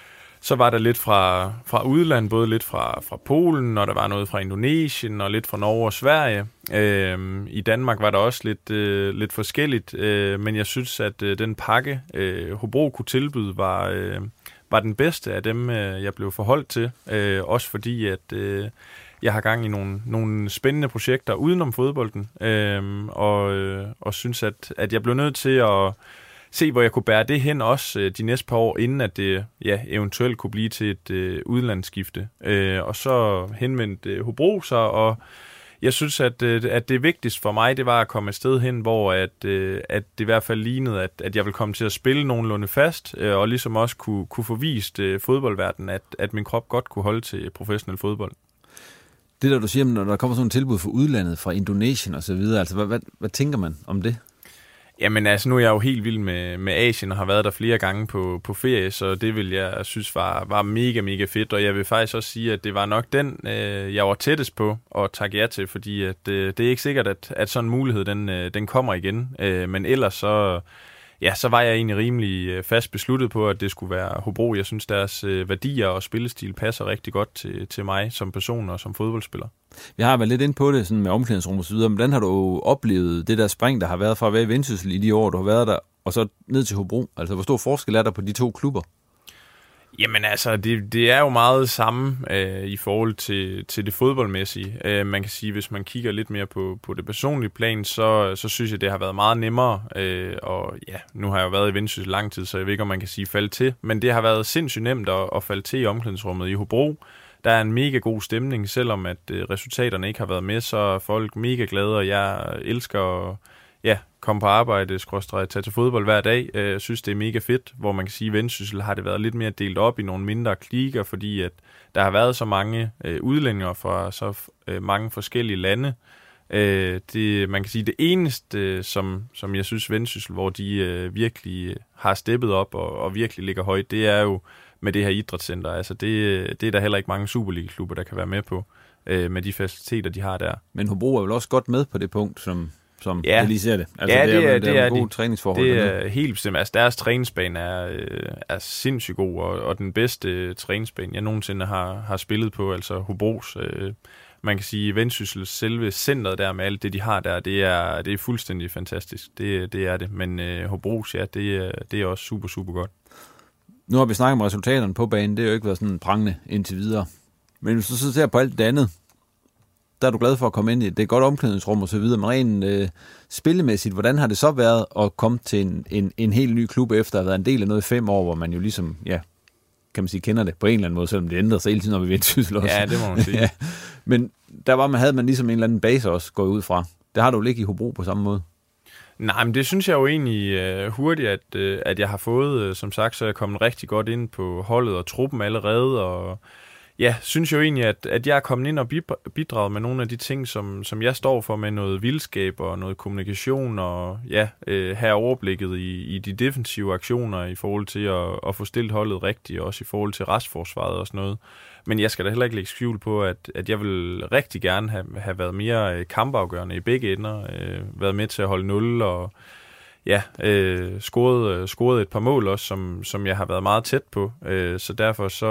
Så var der lidt fra, fra udlandet, både lidt fra, fra Polen, og der var noget fra Indonesien, og lidt fra Norge og Sverige. Øh, I Danmark var der også lidt, øh, lidt forskelligt, øh, men jeg synes, at øh, den pakke, øh, Hobro kunne tilbyde, var, øh, var den bedste af dem, øh, jeg blev forholdt til. Øh, også fordi, at øh, jeg har gang i nogle, nogle spændende projekter udenom fodbolden, øh, og, øh, og synes, at, at jeg blev nødt til at se, hvor jeg kunne bære det hen også øh, de næste par år, inden at det ja, eventuelt kunne blive til et øh, udlandsskifte. Øh, og så henvendte øh, Hobro sig, og jeg synes, at, øh, at det vigtigste for mig, det var at komme et sted hen, hvor at, øh, at det i hvert fald lignede, at, at jeg ville komme til at spille nogenlunde fast, øh, og ligesom også kunne, kunne få vist øh, fodboldverdenen, at, at min krop godt kunne holde til professionel fodbold. Det der, du siger, når der kommer sådan et tilbud fra udlandet, fra Indonesien og så videre, altså hvad, hvad, hvad tænker man om det? Jamen altså, nu er jeg jo helt vild med, med Asien og har været der flere gange på, på ferie, så det vil jeg synes var, var mega, mega fedt. Og jeg vil faktisk også sige, at det var nok den, øh, jeg var tættest på at takke ja til, fordi at, øh, det er ikke sikkert, at, at sådan en mulighed, den, øh, den kommer igen. Øh, men ellers så, ja, så var jeg egentlig rimelig fast besluttet på, at det skulle være Hobro. Jeg synes, deres øh, værdier og spillestil passer rigtig godt til, til mig som person og som fodboldspiller. Vi har været lidt inde på det sådan med omklædningsrum og så videre, men hvordan har du oplevet det der spring, der har været fra at være i Vendsyssel i de år, du har været der, og så ned til Hobro? Altså, hvor stor forskel er der på de to klubber? Jamen altså, det, det er jo meget samme øh, i forhold til, til det fodboldmæssige. Øh, man kan sige, hvis man kigger lidt mere på, på det personlige plan, så, så synes jeg, det har været meget nemmere. Øh, og ja, nu har jeg jo været i Vendsyssel lang tid, så jeg ved ikke, om man kan sige falde til. Men det har været sindssygt nemt at, at falde til i omklædningsrummet i Hobro. Der er en mega god stemning, selvom at øh, resultaterne ikke har været med, så er folk mega glade, og jeg elsker at ja, komme på arbejde, skråstreg, tage til fodbold hver dag. Jeg øh, synes, det er mega fedt, hvor man kan sige, at Vendsyssel har det været lidt mere delt op i nogle mindre klikker, fordi at der har været så mange øh, udlændinge fra så øh, mange forskellige lande. Øh, det, man kan sige, det eneste, øh, som, som jeg synes Vendsyssel, hvor de øh, virkelig har steppet op og, og virkelig ligger højt, det er jo med det her idrætscenter. Altså det, det er der heller ikke mange Superliga-klubber, der kan være med på, øh, med de faciliteter, de har der. Men Hobro er vel også godt med på det punkt, som, som ja. jeg lige ser det. Altså, ja, det er, det er, det er, det er en god træningsforhold. Det er helt bestemt. Altså deres træningsbane er, øh, er sindssygt god, og, og den bedste øh, træningsbane, jeg nogensinde har, har spillet på, altså Hobros. Øh, man kan sige, Vendsyssels selve centret der med alt det, de har der, det er, det er fuldstændig fantastisk. Det, det er det. Men øh, Hobros, ja, det, det er også super, super godt. Nu har vi snakket om resultaterne på banen. Det har jo ikke været sådan prangende indtil videre. Men hvis du så ser på alt det andet, der er du glad for at komme ind i det. Det er godt omklædningsrum og så videre. Men rent øh, spillemæssigt, hvordan har det så været at komme til en, en, en helt ny klub efter at have været en del af noget i fem år, hvor man jo ligesom, ja, kan man sige, kender det på en eller anden måde, selvom det ændrer sig hele tiden, når vi Vendsyssel også. Ja, det må man sige. Ja. Men der var man, havde man ligesom en eller anden base også gået ud fra. Det har du jo ikke i Hobro på samme måde. Nej, men det synes jeg jo egentlig uh, hurtigt, at, uh, at jeg har fået. Uh, som sagt, så er jeg kommet rigtig godt ind på holdet og truppen allerede, og ja, synes jo egentlig, at, at jeg er kommet ind og bidraget med nogle af de ting, som, som jeg står for, med noget vildskab og noget kommunikation, og ja, uh, have overblikket i, i de defensive aktioner i forhold til at, at få stillet holdet rigtigt, og også i forhold til restforsvaret og sådan noget. Men jeg skal da heller ikke lægge skjul på, at, at jeg vil rigtig gerne have, have været mere kampafgørende i begge ender, øh, været med til at holde nul, og ja, øh, scoret, scoret et par mål også, som, som jeg har været meget tæt på. Øh, så derfor så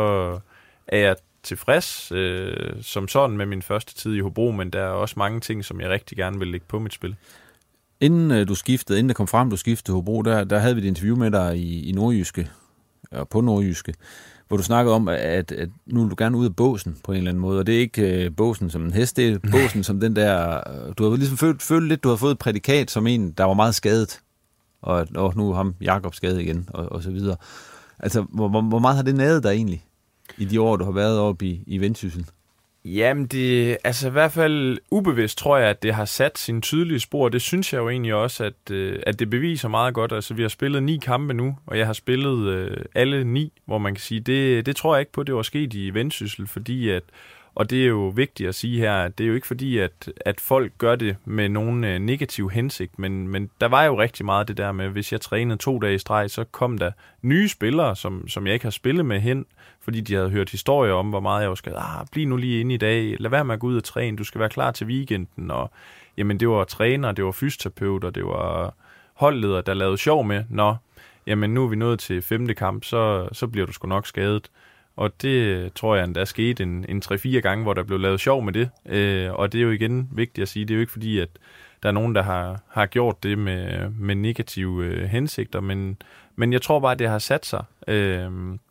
er jeg tilfreds øh, som sådan med min første tid i Hobro, men der er også mange ting, som jeg rigtig gerne vil lægge på mit spil. Inden øh, du skiftede, inden det kom frem, du skiftede Hobro, der, der havde vi et interview med dig i, i Nordjyske, og på Nordjyske, hvor du snakkede om, at, at nu vil du gerne ud af båsen på en eller anden måde, og det er ikke uh, båsen som en hest, det er båsen som den der, du har ligesom følt, følt lidt, du har fået et prædikat som en, der var meget skadet, og, og nu er ham Jakob skadet igen, og, og så videre. Altså, hvor, hvor meget har det naget dig egentlig, i de år, du har været oppe i, i Vendsyssel? Jamen, det, altså i hvert fald ubevidst tror jeg, at det har sat sine tydelige spor. Det synes jeg jo egentlig også, at, at det beviser meget godt. Altså, vi har spillet ni kampe nu, og jeg har spillet øh, alle ni, hvor man kan sige, det, det tror jeg ikke på, det var sket i Vendsyssel, fordi at, og det er jo vigtigt at sige her, at det er jo ikke fordi, at, at folk gør det med nogen øh, negativ hensigt, men, men der var jo rigtig meget det der med, hvis jeg trænede to dage i streg, så kom der nye spillere, som, som jeg ikke har spillet med hen, fordi de havde hørt historier om, hvor meget jeg var skadet. Ah, bliv nu lige inde i dag, lad være med at gå ud og træne, du skal være klar til weekenden, og jamen det var træner, det var fysioterapeuter, det var holdleder, der lavede sjov med, nå, jamen nu er vi nået til femte kamp, så, så bliver du sgu nok skadet. Og det tror jeg, der skete en, en tre-fire gange, hvor der blev lavet sjov med det. Øh, og det er jo igen vigtigt at sige, det er jo ikke fordi, at der er nogen, der har, har gjort det med, med negative øh, hensigter, men, men jeg tror bare, at det har sat sig, øh,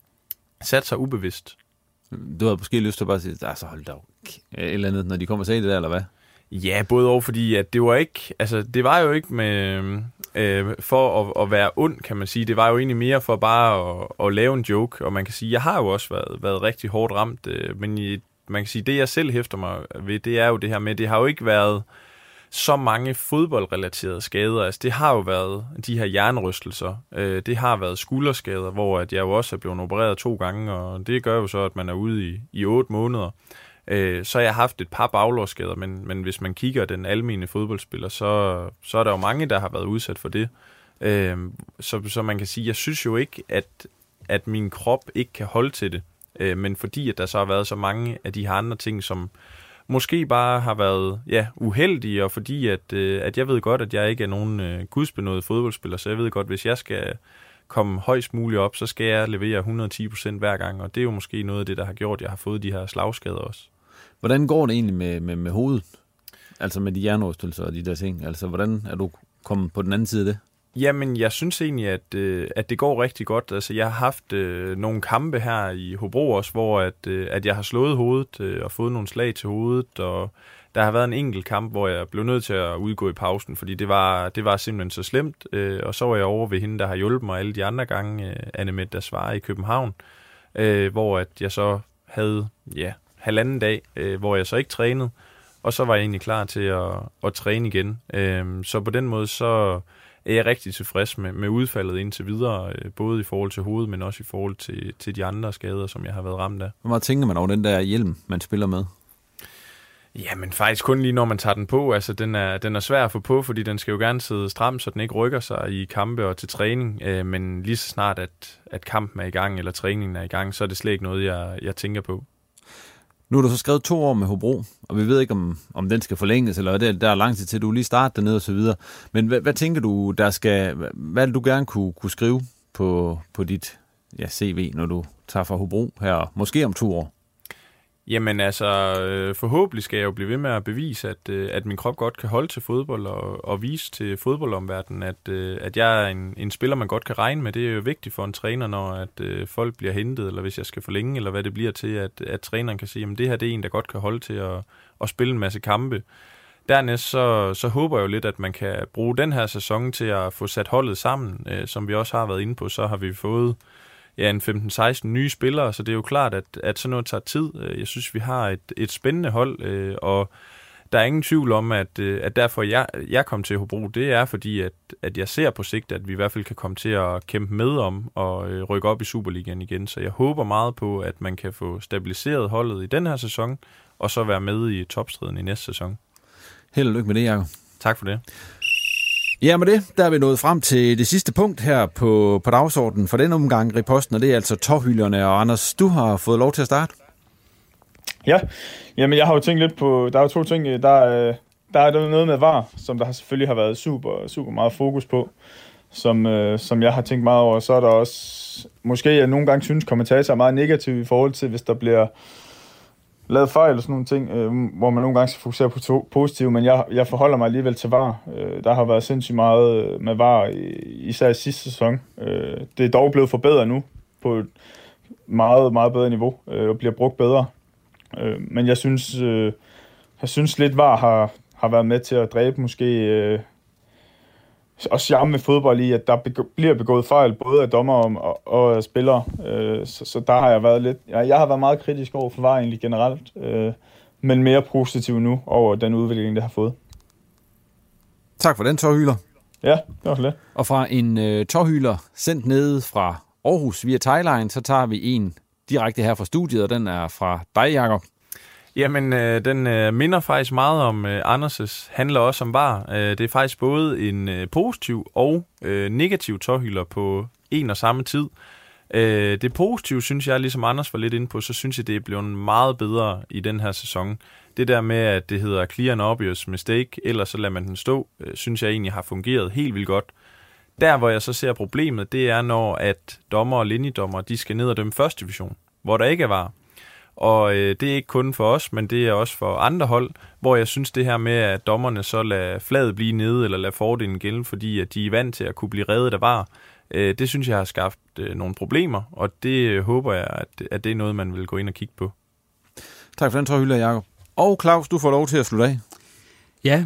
sat sig ubevidst. Du havde måske lyst til at bare sige, altså hold da et eller andet, når de kommer og sagde det der, eller hvad? Ja, både og, fordi at det var ikke, altså det var jo ikke med, øh, for at, at være ond, kan man sige. Det var jo egentlig mere for bare at, at lave en joke, og man kan sige, jeg har jo også været, været rigtig hårdt ramt, øh, men i, man kan sige, det jeg selv hæfter mig ved, det er jo det her med, det har jo ikke været så mange fodboldrelaterede skader. Altså det har jo været de her hjernerystelser, øh, det har været skulderskader, hvor at jeg jo også er blevet opereret to gange, og det gør jo så, at man er ude i, i otte måneder. Så har jeg haft et par baglårsskader, men, men hvis man kigger den almene fodboldspiller, så, så er der jo mange, der har været udsat for det. Så, så man kan sige, jeg synes jo ikke, at, at min krop ikke kan holde til det, men fordi at der så har været så mange af de her andre ting, som måske bare har været ja, uheldige, og fordi at, at jeg ved godt, at jeg ikke er nogen gudsbenådet fodboldspiller, så jeg ved godt, hvis jeg skal komme højst muligt op, så skal jeg levere et hundrede og ti procent hver gang, og det er jo måske noget af det, der har gjort, at jeg har fået de her slagskader også. Hvordan går det egentlig med, med, med hovedet? Altså med de hjernerystelser og de der ting? Altså, hvordan er du kommet på den anden side af det? Jamen, jeg synes egentlig, at, øh, at det går rigtig godt. Altså, jeg har haft øh, nogle kampe her i Hobro også, hvor at, øh, at jeg har slået hovedet øh, og fået nogle slag til hovedet, og der har været en enkelt kamp, hvor jeg blev nødt til at udgå i pausen, fordi det var, det var simpelthen så slemt, øh, og så var jeg over ved hende, der har hjulpet mig alle de andre gange, øh, Annemette, der svarer i København, øh, hvor at jeg så havde ja, halvanden dag, øh, hvor jeg så ikke trænede, og så var jeg egentlig klar til at, at træne igen. Øh, så på den måde, så er jeg rigtig tilfreds med, med udfaldet indtil videre, øh, både i forhold til hovedet, men også i forhold til, til de andre skader, som jeg har været ramt af. Hvor meget tænker man over den der hjelm, man spiller med? Ja, men faktisk kun lige når man tager den på. Altså, den er, den er svær at få på, fordi den skal jo gerne sidde stram, så den ikke rykker sig i kampe og til træning. Øh, men lige så snart, at, at kampen er i gang, eller træningen er i gang, så er det slet ikke noget, jeg, jeg tænker på. Nu har du så skrevet to år med Hobro, og vi ved ikke, om, om den skal forlænges, eller det, der er lang tid til, du lige starter dernede og så videre. Men hvad, hvad tænker du, der skal, hvad vil du gerne kunne, kunne skrive på, på dit ja, C V, når du tager fra Hobro her, måske om to år? Jamen altså, øh, forhåbentlig skal jeg jo blive ved med at bevise, at, øh, at min krop godt kan holde til fodbold, og, og vise til fodboldomverdenen, at, øh, at jeg er en, en spiller, man godt kan regne med. Det er jo vigtigt for en træner, når at, øh, folk bliver hentet, eller hvis jeg skal forlænge, eller hvad det bliver til, at, at træneren kan sige, at det her det er en, der godt kan holde til at, at spille en masse kampe. Dernæst så, så håber jeg jo lidt, at man kan bruge den her sæson til at få sat holdet sammen, øh, som vi også har været inde på. Så har vi fået ja, en femten seksten nye spillere, så det er jo klart, at, at sådan noget tager tid. Jeg synes, vi har et, et spændende hold, øh, og der er ingen tvivl om, at, at derfor jeg, jeg kom til Hobro, det er fordi, at, at jeg ser på sigt, at vi i hvert fald kan komme til at kæmpe med om og øh, rykke op i Superligaen igen. Så jeg håber meget på, at man kan få stabiliseret holdet i den her sæson, og så være med i topstriden i næste sæson. Held og lykke med det, Jacob. Tak for det. Ja, med det, der er vi nået frem til det sidste punkt her på, på dagsordenen for den omgang Riposten, og det er altså tårhylderne. Og Anders, du har fået lov til at starte. Ja, jamen jeg har jo tænkt lidt på, der er jo to ting, der, der er noget med V A R, som der selvfølgelig har været super, super meget fokus på, som, som jeg har tænkt meget over. Så er der også, måske jeg nogle gange synes, kommentatorer er meget negative i forhold til, hvis der bliver lavet fejl og sådan nogle ting, hvor man nogle gange skal fokusere på to positive, men jeg, jeg forholder mig alligevel til V A R. Der har været sindssygt meget med V A R, især i sidste sæson. Det er dog blevet forbedret nu på et meget, meget bedre niveau og bliver brugt bedre. Men jeg synes, øh, jeg synes lidt, V A R har, har været med til at dræbe måske øh, og charme med fodbold i, at der beg- bliver begået fejl, både af dommer og, og af spillere. Øh, så, så der har jeg været lidt... Jeg, jeg har været meget kritisk over for V A R egentlig generelt, øh, men mere positiv nu over den udvikling, det har fået. Tak for den, tårhylder. Ja, det var det. Og fra en øh, tårhylder sendt nede fra Aarhus via Thailand, så tager vi en direkte her fra studiet, og den er fra dig, Jacob. Jamen, øh, den øh, minder faktisk meget om øh, Anders' handler også om V A R. Øh, det er faktisk både en øh, positiv og øh, negativ tårhylder på en og samme tid. Øh, det positive, synes jeg, ligesom Anders var lidt inde på, så synes jeg, det er blevet meget bedre i den her sæson. Det der med, at det hedder clear and obvious mistake, ellers så lader man den stå, øh, synes jeg egentlig har fungeret helt vildt godt. Der, hvor jeg så ser problemet, det er, når at dommer og linjedommer, de skal ned og dømme første division, hvor der ikke er V A R. Og øh, det er ikke kun for os, men det er også for andre hold, hvor jeg synes det her med, at dommerne så lader fladet blive nede, eller lader fordelen gælde, fordi at de er vant til at kunne blive reddet af V A R, øh, det synes jeg har skabt øh, nogle problemer, og det øh, håber jeg, at, at det er noget, man vil gå ind og kigge på. Tak for den, tårhylder, Jacob. Og Claus, du får lov til at slutte af. Ja,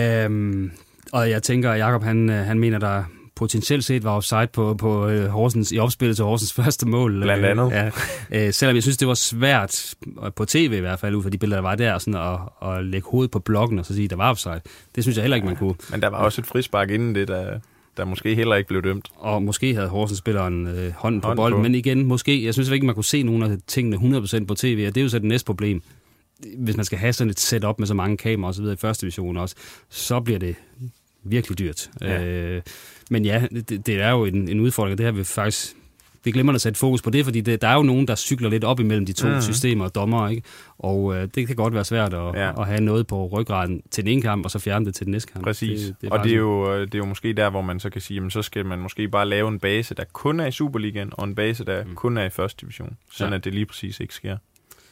øh, og jeg tænker, at Jacob han, han mener, der potentielt set var offside på, på Horsens, i opspillet til Horsens første mål. Blandt andet. Ja, øh, selvom jeg synes, det var svært, på tv i hvert fald, ud fra de billeder, der var der, sådan at, at lægge hovedet på blokken og så sige, at der var offside. Det synes jeg heller ikke, man kunne. Men der var også et frispark inden det, der, der måske heller ikke blev dømt. Og måske havde Horsens-spilleren øh, hånden på Hånd bolden, på. men igen, måske, jeg synes ikke, man kunne se nogle af tingene hundrede procent på tv, og det er jo så det næste problem. Hvis man skal have sådan et setup med så mange kameraer og så videre i første division også, så bliver det virkelig dyrt. Ja. Øh, men ja, det, det er jo en, en udfordring, det her vi faktisk, vi glemmer at sætte fokus på det, fordi det, der er jo nogen, der cykler lidt op imellem de to mm. systemer og dommer, ikke? Og øh, det kan godt være svært at, ja. at have noget på ryggraden til den ene kamp, og så fjerne det til den næste kamp. Præcis, det, det er og det er, jo, det er jo måske der, hvor man så kan sige, jamen, så skal man måske bare lave en base, der kun er i Superligaen, og en base, der mm. kun er i første division, sådan ja. at det lige præcis ikke sker.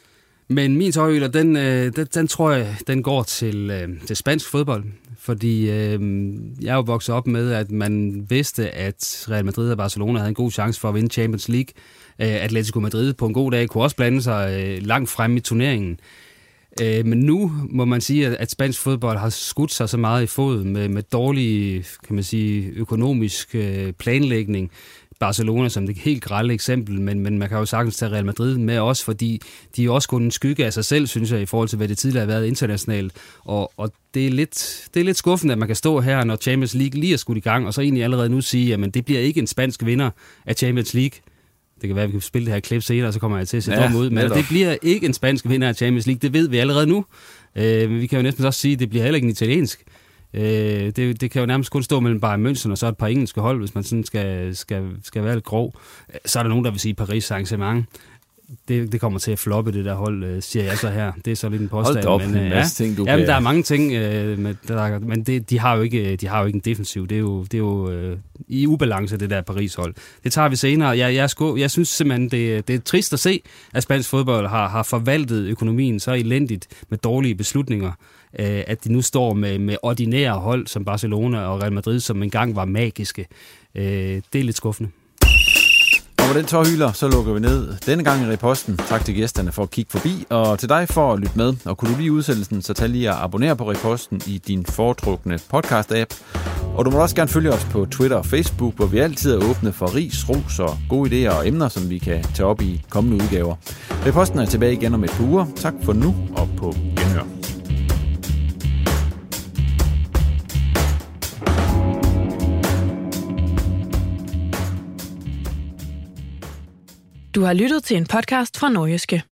Men min tøjhylder, den, øh, den, den tror jeg, den går til, øh, til spansk fodbold. Fordi øh, jeg er jo vokset op med, at man vidste, at Real Madrid og Barcelona havde en god chance for at vinde Champions League. Øh, Atletico Madrid på en god dag kunne også blande sig øh, langt frem i turneringen. Øh, men nu må man sige, at, at spansk fodbold har skudt sig så meget i fod med, med dårlig, kan man sige, økonomisk øh, planlægning. Barcelona som det helt grelle eksempel, men, men man kan jo sagtens tage Real Madrid med også, fordi de er også kun en skygge af sig selv, synes jeg, i forhold til, hvad det tidligere har været internationalt. Og, og det, er lidt, det er lidt skuffende, at man kan stå her, når Champions League lige er skudt i gang, og så egentlig allerede nu sige, at det bliver ikke en spansk vinder af Champions League. Det kan være, at vi kan spille det her klip senere, så kommer jeg til at se ja, dum ud. Men det bliver ikke en spansk vinder af Champions League, det ved vi allerede nu. Øh, men vi kan jo næsten også sige, at det bliver heller ikke en italiensk. Øh, det, det kan jo nærmest kun stå mellem Bayern München og så et par engelske hold, hvis man sådan skal, skal, skal være lidt grov. Så er der nogen, der vil sige Paris Saint-Germain. Det, det kommer til at floppe, det der hold, siger jeg så her. Det er så lidt en påstand. Hold da op, men, en masse ja, ting, du jamen, kan... der er mange ting, øh, med, der, men det, de, har jo ikke, de har jo ikke en defensiv. Det er jo, det er jo øh, i ubalance, det der Paris-hold. Det tager vi senere. Jeg, jeg, sko, jeg synes simpelthen, det, det er trist at se, at spansk fodbold har, har forvaltet økonomien så elendigt med dårlige beslutninger, øh, at de nu står med, med ordinære hold som Barcelona og Real Madrid, som engang var magiske. Øh, det er lidt skuffende. Og med den tårhyler, så lukker vi ned denne gang i Riposten. Tak til gæsterne for at kigge forbi, og til dig for at lytte med. Og kunne du lide udsendelsen, så tag lige at abonnere på Riposten i din foretrukne podcast-app. Og du må også gerne følge os på Twitter og Facebook, hvor vi altid er åbne for ris, ros og gode idéer og emner, som vi kan tage op i kommende udgaver. Riposten er tilbage igen om et par uger. Tak for nu, og på genhør. Du har lyttet til en podcast fra Nordjyske.